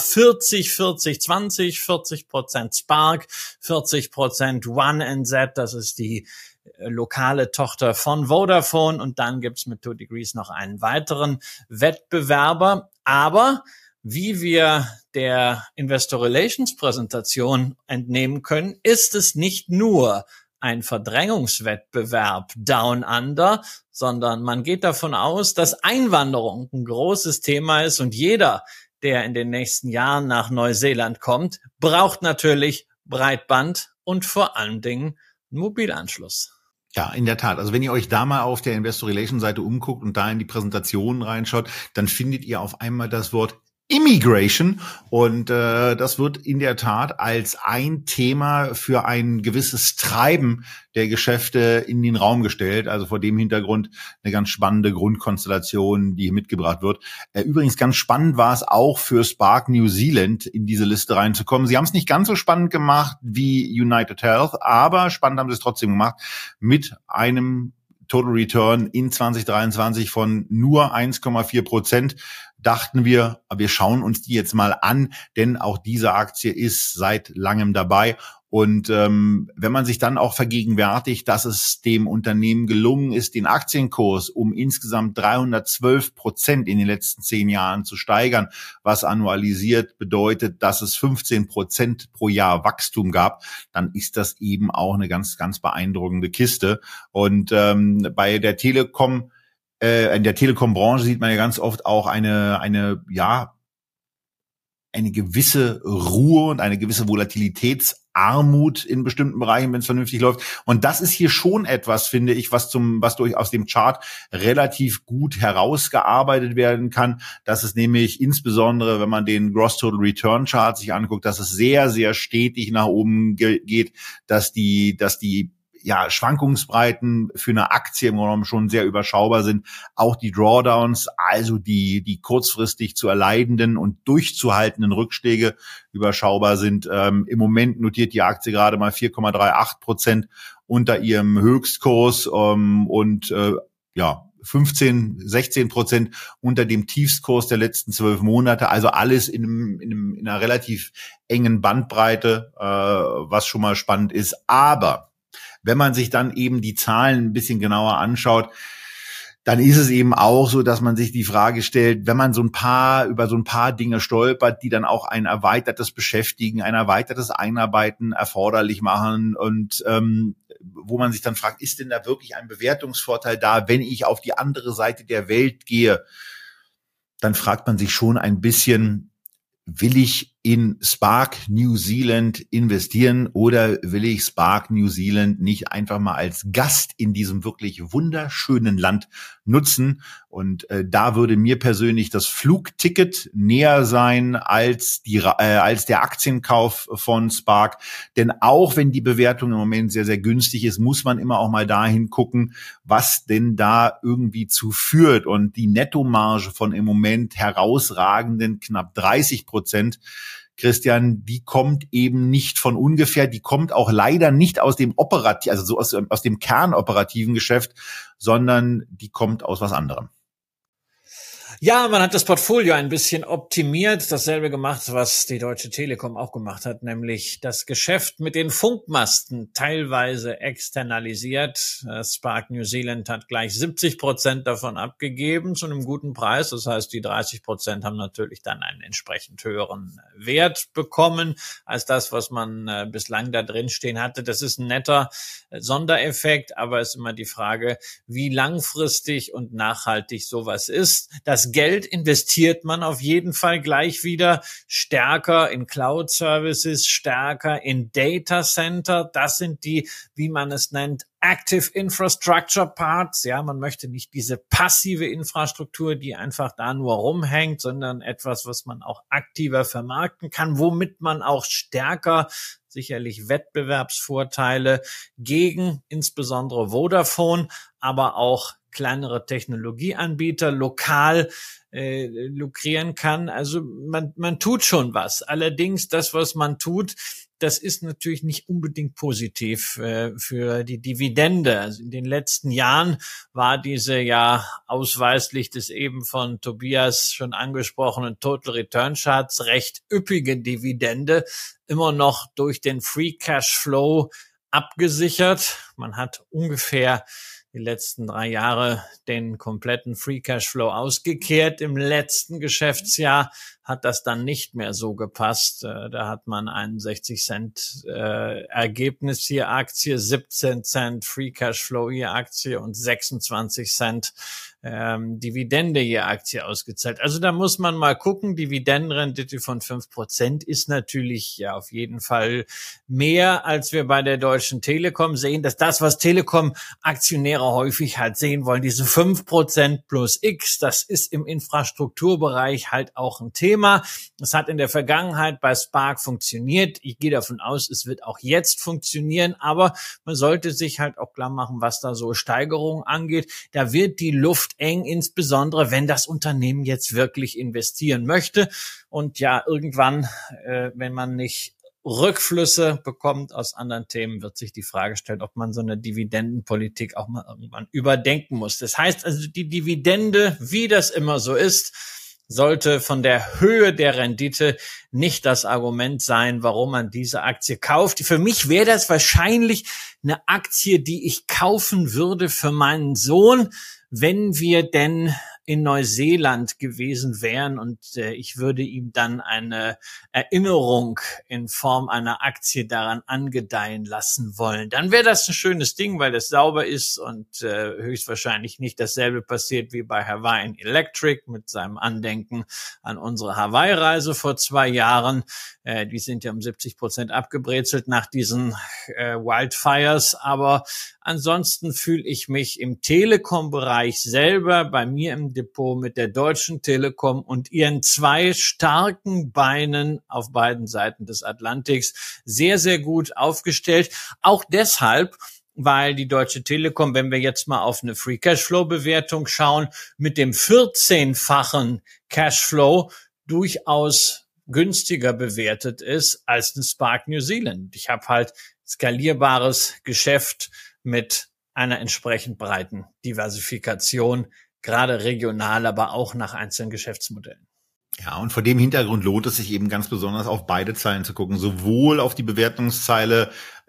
40-20, 40% Spark, 40% OneNZ, das ist die lokale Tochter von Vodafone. Und dann gibt's mit 2 Degrees noch einen weiteren Wettbewerber. Aber wie wir der Investor Relations Präsentation entnehmen können, ist es nicht nur ein Verdrängungswettbewerb Down Under, sondern man geht davon aus, dass Einwanderung ein großes Thema ist und jeder, der in den nächsten Jahren nach Neuseeland kommt, braucht natürlich Breitband und vor allen Dingen einen Mobilanschluss. Ja, in der Tat. Also wenn ihr euch da mal auf der Investor Relations Seite umguckt und da in die Präsentationen reinschaut, dann findet ihr auf einmal das Wort Immigration und das wird in der Tat als ein Thema für ein gewisses Treiben der Geschäfte in den Raum gestellt. Also vor dem Hintergrund eine ganz spannende Grundkonstellation, die hier mitgebracht wird. Übrigens ganz spannend war es auch für Spark New Zealand in diese Liste reinzukommen. Sie haben es nicht ganz so spannend gemacht wie United Health, aber spannend haben sie es trotzdem gemacht mit einem Total Return in 2023 von nur 1,4%. Dachten wir schauen uns die jetzt mal an, denn auch diese Aktie ist seit langem dabei. Und wenn man sich dann auch vergegenwärtigt, dass es dem Unternehmen gelungen ist, den Aktienkurs um insgesamt 312% in den letzten 10 Jahren zu steigern, was annualisiert bedeutet, dass es 15% pro Jahr Wachstum gab, dann ist das eben auch eine ganz, ganz beeindruckende Kiste. Und bei der Telekom, in der Telekom-Branche sieht man ja ganz oft auch eine gewisse Ruhe und eine gewisse Volatilitätsarmut in bestimmten Bereichen, wenn es vernünftig läuft. Und das ist hier schon etwas, finde ich, was durch aus dem Chart relativ gut herausgearbeitet werden kann. Das ist nämlich insbesondere, wenn man den Gross Total Return Chart sich anguckt, dass es sehr, sehr stetig nach oben geht, dass die Schwankungsbreiten für eine Aktie im Grunde genommen schon sehr überschaubar sind. Auch die Drawdowns, also die kurzfristig zu erleidenden und durchzuhaltenden Rückschläge überschaubar sind. Im Moment notiert die Aktie gerade mal 4,38% unter ihrem Höchstkurs und 16% unter dem Tiefstkurs der letzten 12 Monate. Also alles in einer relativ engen Bandbreite, was schon mal spannend ist. Aber wenn man sich dann eben die Zahlen ein bisschen genauer anschaut, dann ist es eben auch so, dass man sich die Frage stellt, wenn man über so ein paar Dinge stolpert, die dann auch ein erweitertes Beschäftigen, ein erweitertes Einarbeiten erforderlich machen und wo man sich dann fragt, ist denn da wirklich ein Bewertungsvorteil da, wenn ich auf die andere Seite der Welt gehe? Dann fragt man sich schon ein bisschen, will ich in Spark New Zealand investieren oder will ich Spark New Zealand nicht einfach mal als Gast in diesem wirklich wunderschönen Land nutzen? Und da würde mir persönlich das Flugticket näher sein als der Aktienkauf von Spark. Denn auch wenn die Bewertung im Moment sehr, sehr günstig ist, muss man immer auch mal dahin gucken, was denn da irgendwie zu führt. Und die Nettomarge von im Moment herausragenden knapp 30%, Christian, die kommt eben nicht von ungefähr, die kommt auch leider nicht aus dem aus dem kernoperativen Geschäft, sondern die kommt aus was anderem. Ja, man hat das Portfolio ein bisschen optimiert, dasselbe gemacht, was die Deutsche Telekom auch gemacht hat, nämlich das Geschäft mit den Funkmasten teilweise externalisiert. Spark New Zealand hat gleich 70% davon abgegeben zu einem guten Preis. Das heißt, die 30% haben natürlich dann einen entsprechend höheren Wert bekommen als das, was man bislang da drin stehen hatte. Das ist ein netter Sondereffekt, aber es ist immer die Frage, wie langfristig und nachhaltig sowas ist. Das Geld investiert man auf jeden Fall gleich wieder stärker in Cloud Services, stärker in Data Center. Das sind die, wie man es nennt, Active Infrastructure Parts. Ja, man möchte nicht diese passive Infrastruktur, die einfach da nur rumhängt, sondern etwas, was man auch aktiver vermarkten kann, womit man auch stärker sicherlich Wettbewerbsvorteile gegen insbesondere Vodafone, aber auch kleinere Technologieanbieter lokal lukrieren kann. Also man tut schon was. Allerdings das, was man tut, das ist natürlich nicht unbedingt positiv für die Dividende. Also in den letzten Jahren war diese ja ausweislich des eben von Tobias schon angesprochenen Total Return Charts recht üppige Dividende immer noch durch den Free Cash Flow abgesichert. Man hat ungefähr die letzten 3 Jahre den kompletten Free Cashflow ausgekehrt. Im letzten Geschäftsjahr hat das dann nicht mehr so gepasst. Da hat man 61 Cent Ergebnis je Aktie, 17 Cent Free Cashflow je Aktie und 26 Cent Dividende je Aktie ausgezahlt. Also da muss man mal gucken. Dividendenrendite von 5% ist natürlich ja auf jeden Fall mehr, als wir bei der Deutschen Telekom sehen. Dass das, was Telekom-Aktionäre häufig halt sehen wollen, diese 5% plus X, das ist im Infrastrukturbereich halt auch ein Thema. Das hat in der Vergangenheit bei Spark funktioniert. Ich gehe davon aus, es wird auch jetzt funktionieren, aber man sollte sich halt auch klar machen, was da so Steigerungen angeht. Da wird die Luft eng, insbesondere wenn das Unternehmen jetzt wirklich investieren möchte. Und ja, irgendwann, wenn man nicht Rückflüsse bekommt aus anderen Themen, wird sich die Frage stellen, ob man so eine Dividendenpolitik auch mal irgendwann überdenken muss. Das heißt also, die Dividende, wie das immer so ist, sollte von der Höhe der Rendite nicht das Argument sein, warum man diese Aktie kauft. Für mich wäre das wahrscheinlich eine Aktie, die ich kaufen würde für meinen Sohn, wenn wir denn in Neuseeland gewesen wären und ich würde ihm dann eine Erinnerung in Form einer Aktie daran angedeihen lassen wollen. Dann wäre das ein schönes Ding, weil das sauber ist und höchstwahrscheinlich nicht dasselbe passiert wie bei Hawaiian Electric mit seinem Andenken an unsere Hawaii-Reise vor 2 Jahren. Die sind ja um 70% abgebrezelt nach diesen Wildfires, aber ansonsten fühle ich mich im Telekom-Bereich selber bei mir im Depot mit der Deutschen Telekom und ihren 2 starken Beinen auf beiden Seiten des Atlantiks sehr, sehr gut aufgestellt. Auch deshalb, weil die Deutsche Telekom, wenn wir jetzt mal auf eine Free Cashflow Bewertung schauen, mit dem 14-fachen Cashflow durchaus günstiger bewertet ist als ein Spark New Zealand. Ich habe halt skalierbares Geschäft mit einer entsprechend breiten Diversifikation, gerade regional, aber auch nach einzelnen Geschäftsmodellen. Ja, und vor dem Hintergrund lohnt es sich eben ganz besonders auf beide Zeilen zu gucken, sowohl auf die Bewertungszeile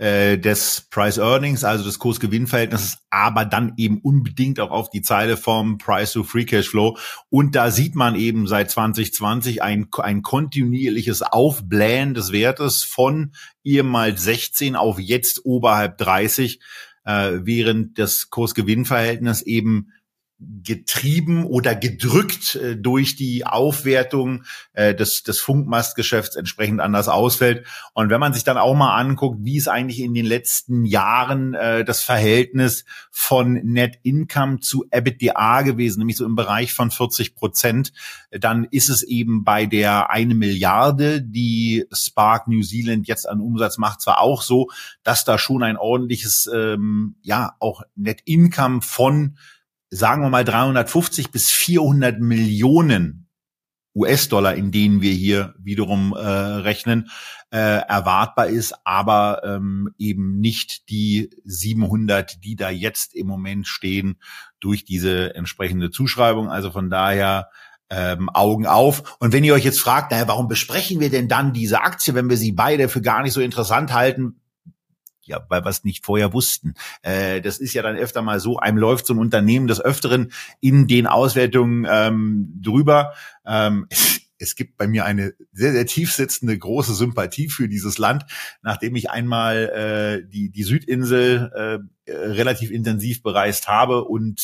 des Price-Earnings, also des Kurs-Gewinn-Verhältnisses, aber dann eben unbedingt auch auf die Zeile vom Price-to-Free-Cash-Flow. Und da sieht man eben seit 2020 ein kontinuierliches Aufblähen des Wertes von ehemals 16 auf jetzt oberhalb 30, während das Kurs-Gewinn-Verhältnis eben getrieben oder gedrückt durch die Aufwertung des Funkmastgeschäfts entsprechend anders ausfällt. Und wenn man sich dann auch mal anguckt, wie ist eigentlich in den letzten Jahren das Verhältnis von Net Income zu EBITDA gewesen, nämlich so im Bereich von 40%, dann ist es eben bei der 1 Milliarde, die Spark New Zealand jetzt an Umsatz macht, zwar auch so, dass da schon ein ordentliches, auch Net Income von, sagen wir mal, 350 bis 400 Millionen US-Dollar, in denen wir hier wiederum rechnen, erwartbar ist, aber eben nicht die 700, die da jetzt im Moment stehen durch diese entsprechende Zuschreibung. Also von daher Augen auf. Und wenn ihr euch jetzt fragt, naja, warum besprechen wir denn dann diese Aktie, wenn wir sie beide für gar nicht so interessant halten? Ja, weil wir es nicht vorher wussten. Das ist ja dann öfter mal so, einem läuft so ein Unternehmen des Öfteren in den Auswertungen drüber. Es gibt bei mir eine sehr, sehr tief sitzende große Sympathie für dieses Land, nachdem ich einmal die Südinsel relativ intensiv bereist habe und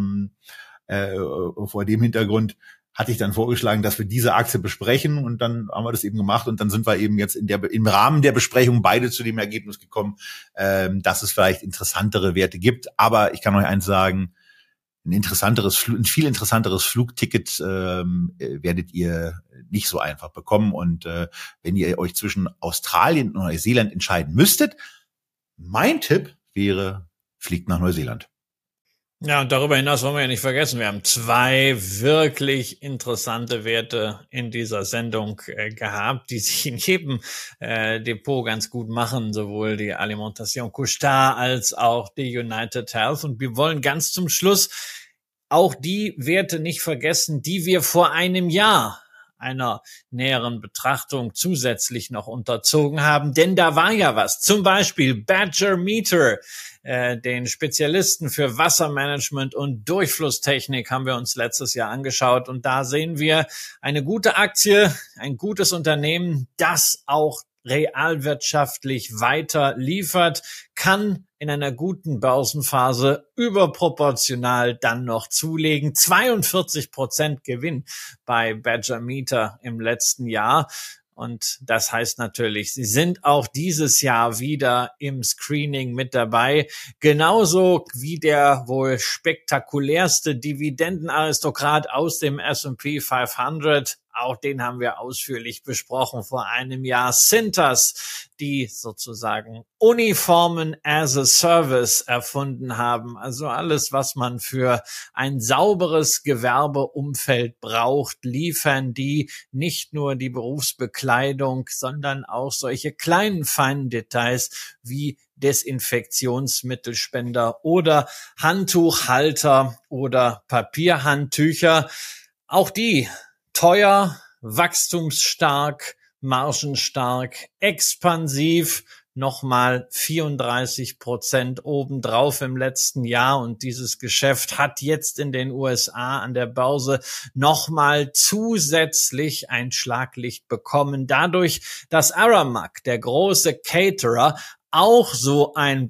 vor dem Hintergrund hatte ich dann vorgeschlagen, dass wir diese Aktie besprechen, und dann haben wir das eben gemacht, und dann sind wir eben jetzt im Rahmen der Besprechung beide zu dem Ergebnis gekommen, dass es vielleicht interessantere Werte gibt. Aber ich kann euch eins sagen, ein viel interessanteres Flugticket werdet ihr nicht so einfach bekommen. Und wenn ihr euch zwischen Australien und Neuseeland entscheiden müsstet, mein Tipp wäre, fliegt nach Neuseeland. Ja, und darüber hinaus wollen wir ja nicht vergessen, wir haben 2 wirklich interessante Werte in dieser Sendung gehabt, die sich in jedem Depot ganz gut machen, sowohl die Alimentation Couche-Tard als auch die United Health. Und wir wollen ganz zum Schluss auch die Werte nicht vergessen, die wir vor einem Jahr einer näheren Betrachtung zusätzlich noch unterzogen haben, denn da war ja was. Zum Beispiel Badger Meter, den Spezialisten für Wassermanagement und Durchflusstechnik, haben wir uns letztes Jahr angeschaut, und da sehen wir eine gute Aktie, ein gutes Unternehmen, das auch realwirtschaftlich weiter liefert, kann in einer guten Börsenphase überproportional dann noch zulegen. 42% Gewinn bei Badger Meter im letzten Jahr. Und das heißt natürlich, sie sind auch dieses Jahr wieder im Screening mit dabei. Genauso wie der wohl spektakulärste Dividendenaristokrat aus dem S&P 500. Auch den haben wir ausführlich besprochen vor einem Jahr. Cintas, die sozusagen Uniformen as a Service erfunden haben. Also alles, was man für ein sauberes Gewerbeumfeld braucht, liefern die nicht nur die Berufsbekleidung, sondern auch solche kleinen, feinen Details wie Desinfektionsmittelspender oder Handtuchhalter oder Papierhandtücher. Auch die teuer, wachstumsstark, margenstark, expansiv, nochmal 34% obendrauf im letzten Jahr. Und dieses Geschäft hat jetzt in den USA an der Börse nochmal zusätzlich ein Schlaglicht bekommen. Dadurch, dass Aramark, der große Caterer, auch so ein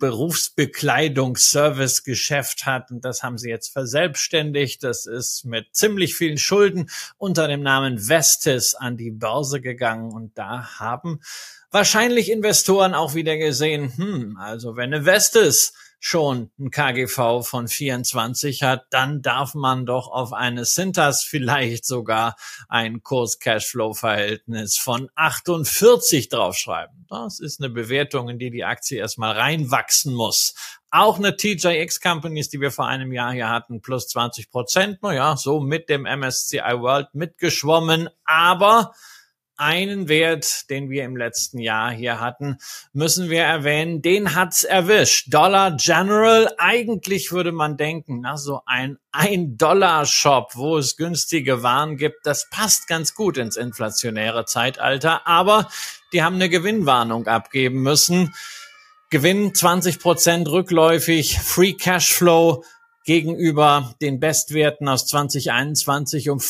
Berufsbekleidungsservice-Geschäft hat. Und das haben sie jetzt verselbstständigt. Das ist mit ziemlich vielen Schulden unter dem Namen Vestis an die Börse gegangen. Und da haben wahrscheinlich Investoren auch wieder gesehen, also wenn eine Vestis schon ein KGV von 24 hat, dann darf man doch auf eine Cintas vielleicht sogar ein Kurs-Cashflow-Verhältnis von 48 draufschreiben. Das ist eine Bewertung, in die die Aktie erstmal reinwachsen muss. Auch eine TJX Companies, die wir vor einem Jahr hier hatten, plus 20%. Naja, so mit dem MSCI World mitgeschwommen, aber einen Wert, den wir im letzten Jahr hier hatten, müssen wir erwähnen, den hat's erwischt. Dollar General, eigentlich würde man denken, so ein $1-Shop, wo es günstige Waren gibt, das passt ganz gut ins inflationäre Zeitalter, aber die haben eine Gewinnwarnung abgeben müssen. Gewinn 20% rückläufig, Free Cashflow gegenüber den Bestwerten aus 2021 um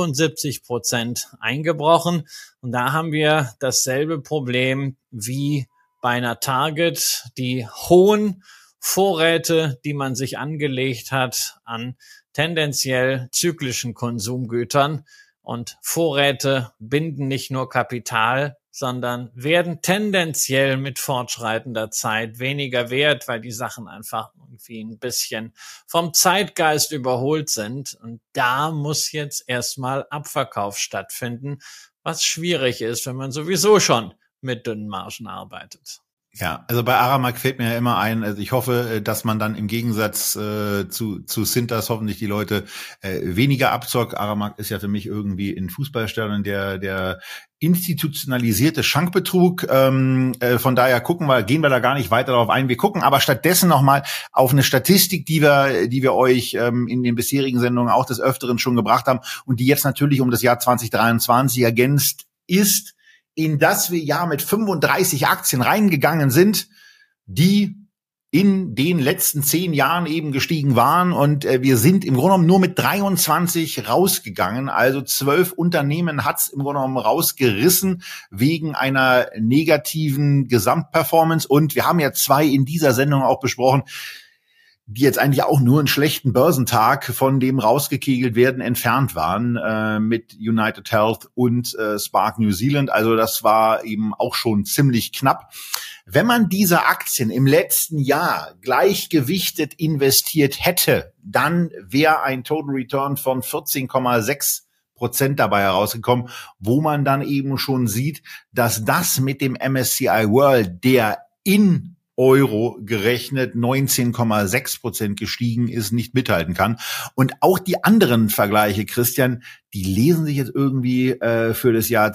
75% eingebrochen. Und da haben wir dasselbe Problem wie bei einer Target. Die hohen Vorräte, die man sich angelegt hat an tendenziell zyklischen Konsumgütern. Und Vorräte binden nicht nur Kapital, sondern werden tendenziell mit fortschreitender Zeit weniger wert, weil die Sachen einfach irgendwie ein bisschen vom Zeitgeist überholt sind. Und da muss jetzt erstmal Abverkauf stattfinden, was schwierig ist, wenn man sowieso schon mit dünnen Margen arbeitet. Ja, also bei Aramark fällt mir ja immer ein, also ich hoffe, dass man dann im Gegensatz zu Cintas hoffentlich die Leute weniger abzockt. Aramark ist ja für mich irgendwie in Fußballstadien der institutionalisierte Schankbetrug. Von daher gehen wir da gar nicht weiter darauf ein. Wir gucken aber stattdessen nochmal auf eine Statistik, die wir euch in den bisherigen Sendungen auch des Öfteren schon gebracht haben und die jetzt natürlich um das Jahr 2023 ergänzt ist, in das wir ja mit 35 Aktien reingegangen sind, die in den letzten 10 Jahren eben gestiegen waren. Und wir sind im Grunde genommen nur mit 23 rausgegangen. Also 12 Unternehmen hat's im Grunde genommen rausgerissen wegen einer negativen Gesamtperformance. Und wir haben ja 2 in dieser Sendung auch besprochen, die jetzt eigentlich auch nur einen schlechten Börsentag von dem rausgekegelt werden entfernt waren, mit United Health und Spark New Zealand. Also das war eben auch schon ziemlich knapp. Wenn man diese Aktien im letzten Jahr gleichgewichtet investiert hätte, dann wäre ein Total Return von 14,6% dabei herausgekommen, wo man dann eben schon sieht, dass das mit dem MSCI World, der in Euro gerechnet 19,6% gestiegen ist, nicht mithalten kann. Und auch die anderen Vergleiche, Christian, die lesen sich jetzt irgendwie für das Jahr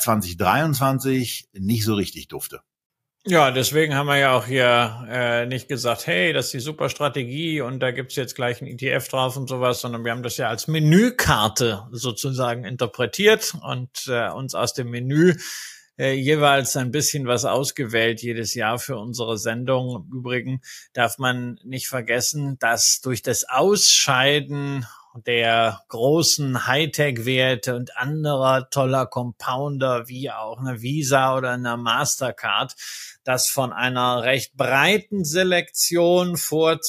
2023 nicht so richtig dufte. Ja, deswegen haben wir ja auch hier nicht gesagt, hey, das ist die super Strategie und da gibt's jetzt gleich ein ETF drauf und sowas, sondern wir haben das ja als Menükarte sozusagen interpretiert und uns aus dem Menü jeweils ein bisschen was ausgewählt jedes Jahr für unsere Sendung. Im Übrigen darf man nicht vergessen, dass durch das Ausscheiden der großen Hightech-Werte und anderer toller Compounder wie auch eine Visa oder eine Mastercard, das von einer recht breiten Selektion vor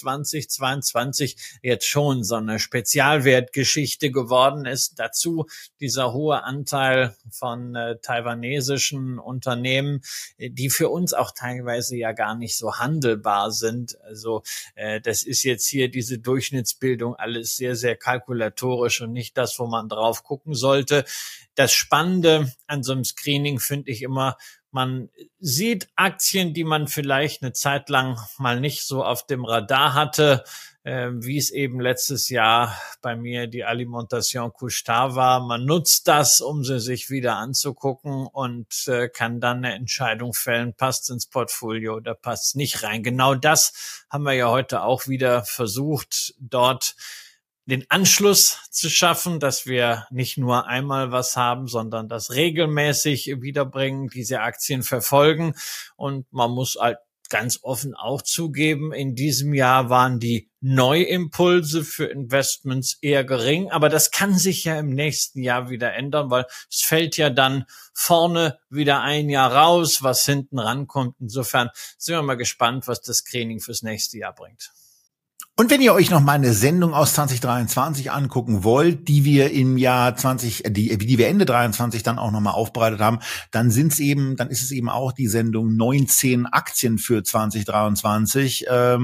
2022 jetzt schon so eine Spezialwertgeschichte geworden ist. Dazu dieser hohe Anteil von taiwanesischen Unternehmen, die für uns auch teilweise ja gar nicht so handelbar sind. Also das ist jetzt hier diese Durchschnittsbildung alles sehr, sehr kalkulatorisch und nicht das, wo man drauf gucken sollte. Das Spannende an so einem Screening finde ich immer, man sieht Aktien, die man vielleicht eine Zeit lang mal nicht so auf dem Radar hatte, wie es eben letztes Jahr bei mir die Alimentation Couche-Tard war. Man nutzt das, um sie sich wieder anzugucken und kann dann eine Entscheidung fällen, passt ins Portfolio oder passt nicht rein. Genau das haben wir ja heute auch wieder versucht, dort den Anschluss zu schaffen, dass wir nicht nur einmal was haben, sondern das regelmäßig wiederbringen, diese Aktien verfolgen. Und man muss halt ganz offen auch zugeben, in diesem Jahr waren die Neuimpulse für Investments eher gering, aber das kann sich ja im nächsten Jahr wieder ändern, weil es fällt ja dann vorne wieder ein Jahr raus, was hinten rankommt. Insofern sind wir mal gespannt, was das Screening fürs nächste Jahr bringt. Und wenn ihr euch noch mal eine Sendung aus 2023 angucken wollt, die wir im Jahr die wir Ende 23 dann auch noch mal aufbereitet haben, dann ist es eben auch die Sendung 19 Aktien für 2023.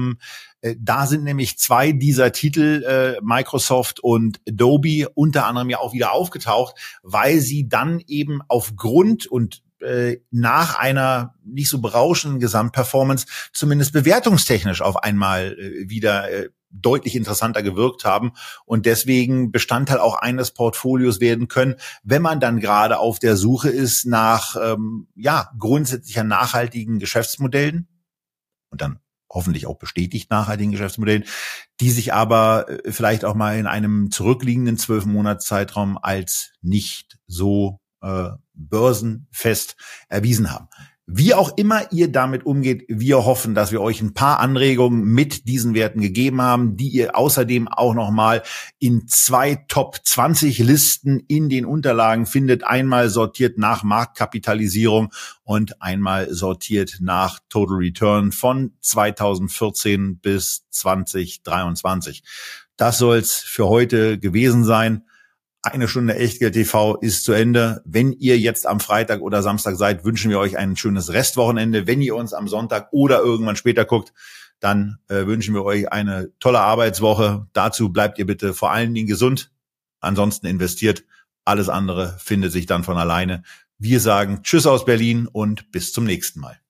Da sind nämlich 2 dieser Titel, Microsoft und Adobe, unter anderem ja auch wieder aufgetaucht, weil sie dann eben aufgrund und nach einer nicht so berauschenden Gesamtperformance zumindest bewertungstechnisch auf einmal wieder deutlich interessanter gewirkt haben und deswegen Bestandteil auch eines Portfolios werden können, wenn man dann gerade auf der Suche ist nach grundsätzlicher nachhaltigen Geschäftsmodellen und dann hoffentlich auch bestätigt nachhaltigen Geschäftsmodellen, die sich aber vielleicht auch mal in einem zurückliegenden 12-Monats-Zeitraum als nicht so börsenfest erwiesen haben. Wie auch immer ihr damit umgeht, wir hoffen, dass wir euch ein paar Anregungen mit diesen Werten gegeben haben, die ihr außerdem auch nochmal in 2 Top 20 Listen in den Unterlagen findet. Einmal sortiert nach Marktkapitalisierung und einmal sortiert nach Total Return von 2014 bis 2023. Das soll's für heute gewesen sein. Eine Stunde Echtgeld TV ist zu Ende. Wenn ihr jetzt am Freitag oder Samstag seid, wünschen wir euch ein schönes Restwochenende. Wenn ihr uns am Sonntag oder irgendwann später guckt, dann wünschen wir euch eine tolle Arbeitswoche. Dazu bleibt ihr bitte vor allen Dingen gesund. Ansonsten investiert. Alles andere findet sich dann von alleine. Wir sagen Tschüss aus Berlin und bis zum nächsten Mal.